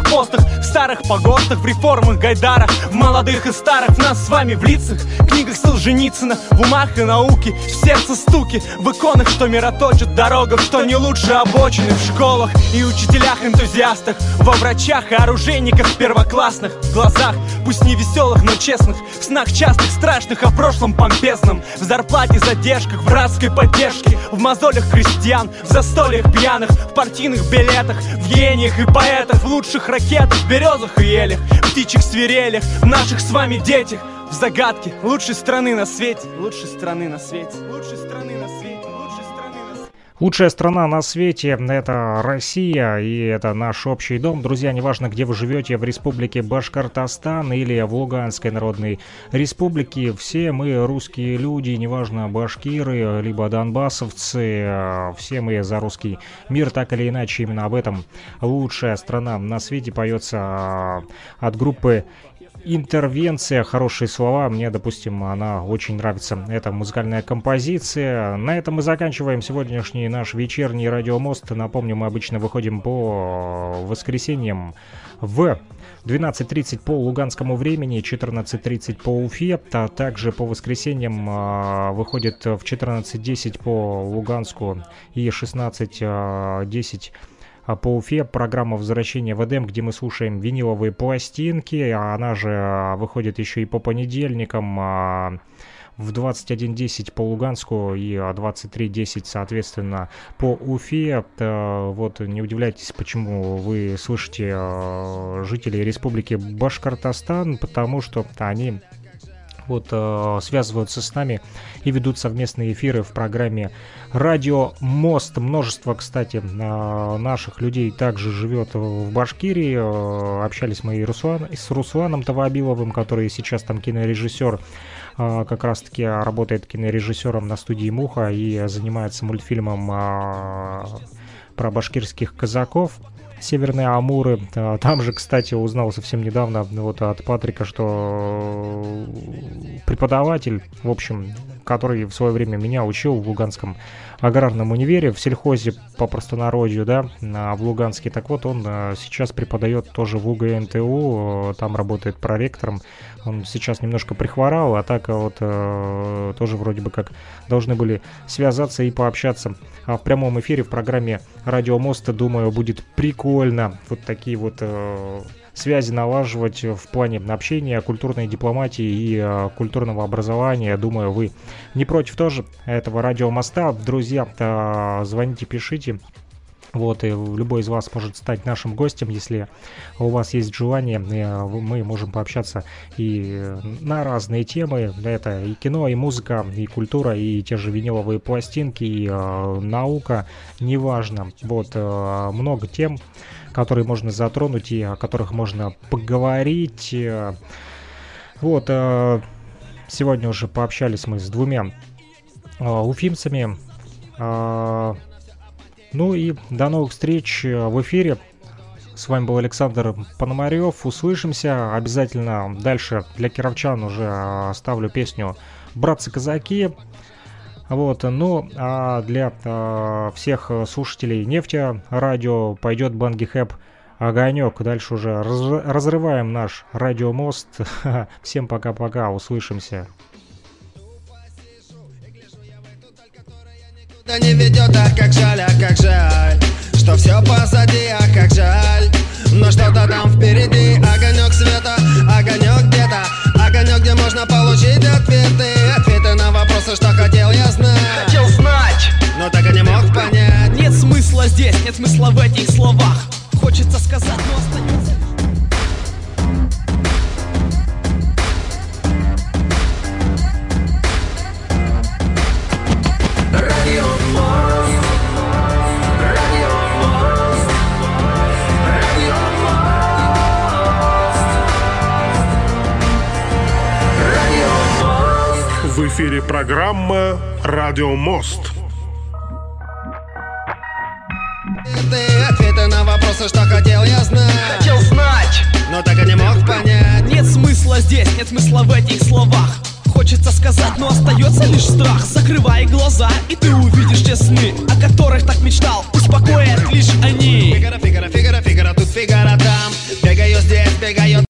постах, в старых погостах, в реформах Гайдара, в молодых и старых, в нас с вами в лицах, в книгах Солженицына, в умах и науке, в сердце стуки, в иконах, что мироточат, дорогах, что не лучше обочины, в школах и учителях-энтузиастах, во врачах и оружейниках первоклассных, в глазах, пусть не веселых, но честных, в снах частых, страшных, а в прошлом помпезном, в зарплате, задержках, в братской поддержке, в мозолях крестьян, в застольях пьяных, в партийных билетах, в гениях и поэтах, в лучших ракетах, в березах и елях, в птичьих свирелях, в наших с вами детях, в загадке лучшей страны на свете, лучшей страны на свете, лучшей страны на свете, лучшей страны на свете. Лучшая страна на свете — это Россия, и это наш общий дом. Друзья, неважно, где вы живете, в республике Башкортостан или в Луганской Народной Республике, все мы русские люди, неважно, башкиры, либо донбассовцы, все мы за русский мир, так или иначе, именно об этом «Лучшая страна на свете» поется от группы «Интервенция». Хорошие слова. Мне, допустим, она очень нравится. Это музыкальная композиция. На этом мы заканчиваем сегодняшний наш вечерний радиомост. Напомню, мы обычно выходим по воскресеньям в 12:30 по луганскому времени, 14:30 по Уфе, а также по воскресеньям выходит в 14:10 по Луганску и 16:10 по Уфе программа «Возвращение в Эдем», где мы слушаем виниловые пластинки. Она же выходит еще и по понедельникам в 21:10 по Луганску и 23:10, соответственно, по Уфе. Вот, не удивляйтесь, почему вы слышите жителей республики Башкортостан, потому что они вот связываются с нами и ведут совместные эфиры в программе «Радио Мост». Множество, кстати, наших людей также живет в Башкирии. Общались мы и с Русланом Тавабиловым, который сейчас там кинорежиссер, как раз-таки работает кинорежиссером на студии «Муха» и занимается мультфильмом про башкирских казаков. Северные Амуры. Там же, кстати, узнал совсем недавно вот от Патрика, что преподаватель, в общем, который в свое время меня учил в Луганском аграрном универе, в сельхозе по простонародью, да, в Луганске. Так вот, он сейчас преподает тоже в УГНТУ, там работает проректором. Он сейчас немножко прихворал, а так вот тоже вроде бы как должны были связаться и пообщаться в прямом эфире в программе «Радио Мост». Думаю, будет прикольно вот такие вот связи налаживать в плане общения, культурной дипломатии и культурного образования. Думаю, вы не против тоже этого радиомоста. Друзья, звоните, пишите. Вот, и любой из вас может стать нашим гостем, если у вас есть желание. Мы можем пообщаться и на разные темы. Это и кино, и музыка, и культура, и те же виниловые пластинки, и наука, неважно. Вот, много тем, которые можно затронуть и о которых можно поговорить. Вот, сегодня уже пообщались мы с двумя уфимцами. Ну и до новых встреч в эфире. С вами был Александр Пономарев. Услышимся. Обязательно дальше для кировчан уже оставлю песню «Братцы-казаки». Вот, ну а для всех слушателей Нефтерадио пойдет Банги Хэп «Огонек». Дальше уже разрываем наш радиомост. Всем пока-пока. Услышимся. Да не ведет, как жаль, что все позади, как жаль. Но что-то там впереди, огонек света, огонек где-то, огонек, где можно получить ответы на вопросы, что хотел я знать. Хотел знать, но так и не мог понять. Нет смысла здесь, нет смысла в этих словах. Хочется сказать, но остается. В эфире программа «Радио Мост». Ответы на вопросы, что хотел я знать. Хотел знать, но так и не мог понять. Нет смысла здесь, нет смысла в этих словах. Хочется сказать, но остается лишь страх. Закрывай глаза, и ты увидишь те сны, о которых так мечтал. Успокоят лишь они. Фигара, фигара, фигара, фигара тут, фигара там. Бегаю здесь, бегаю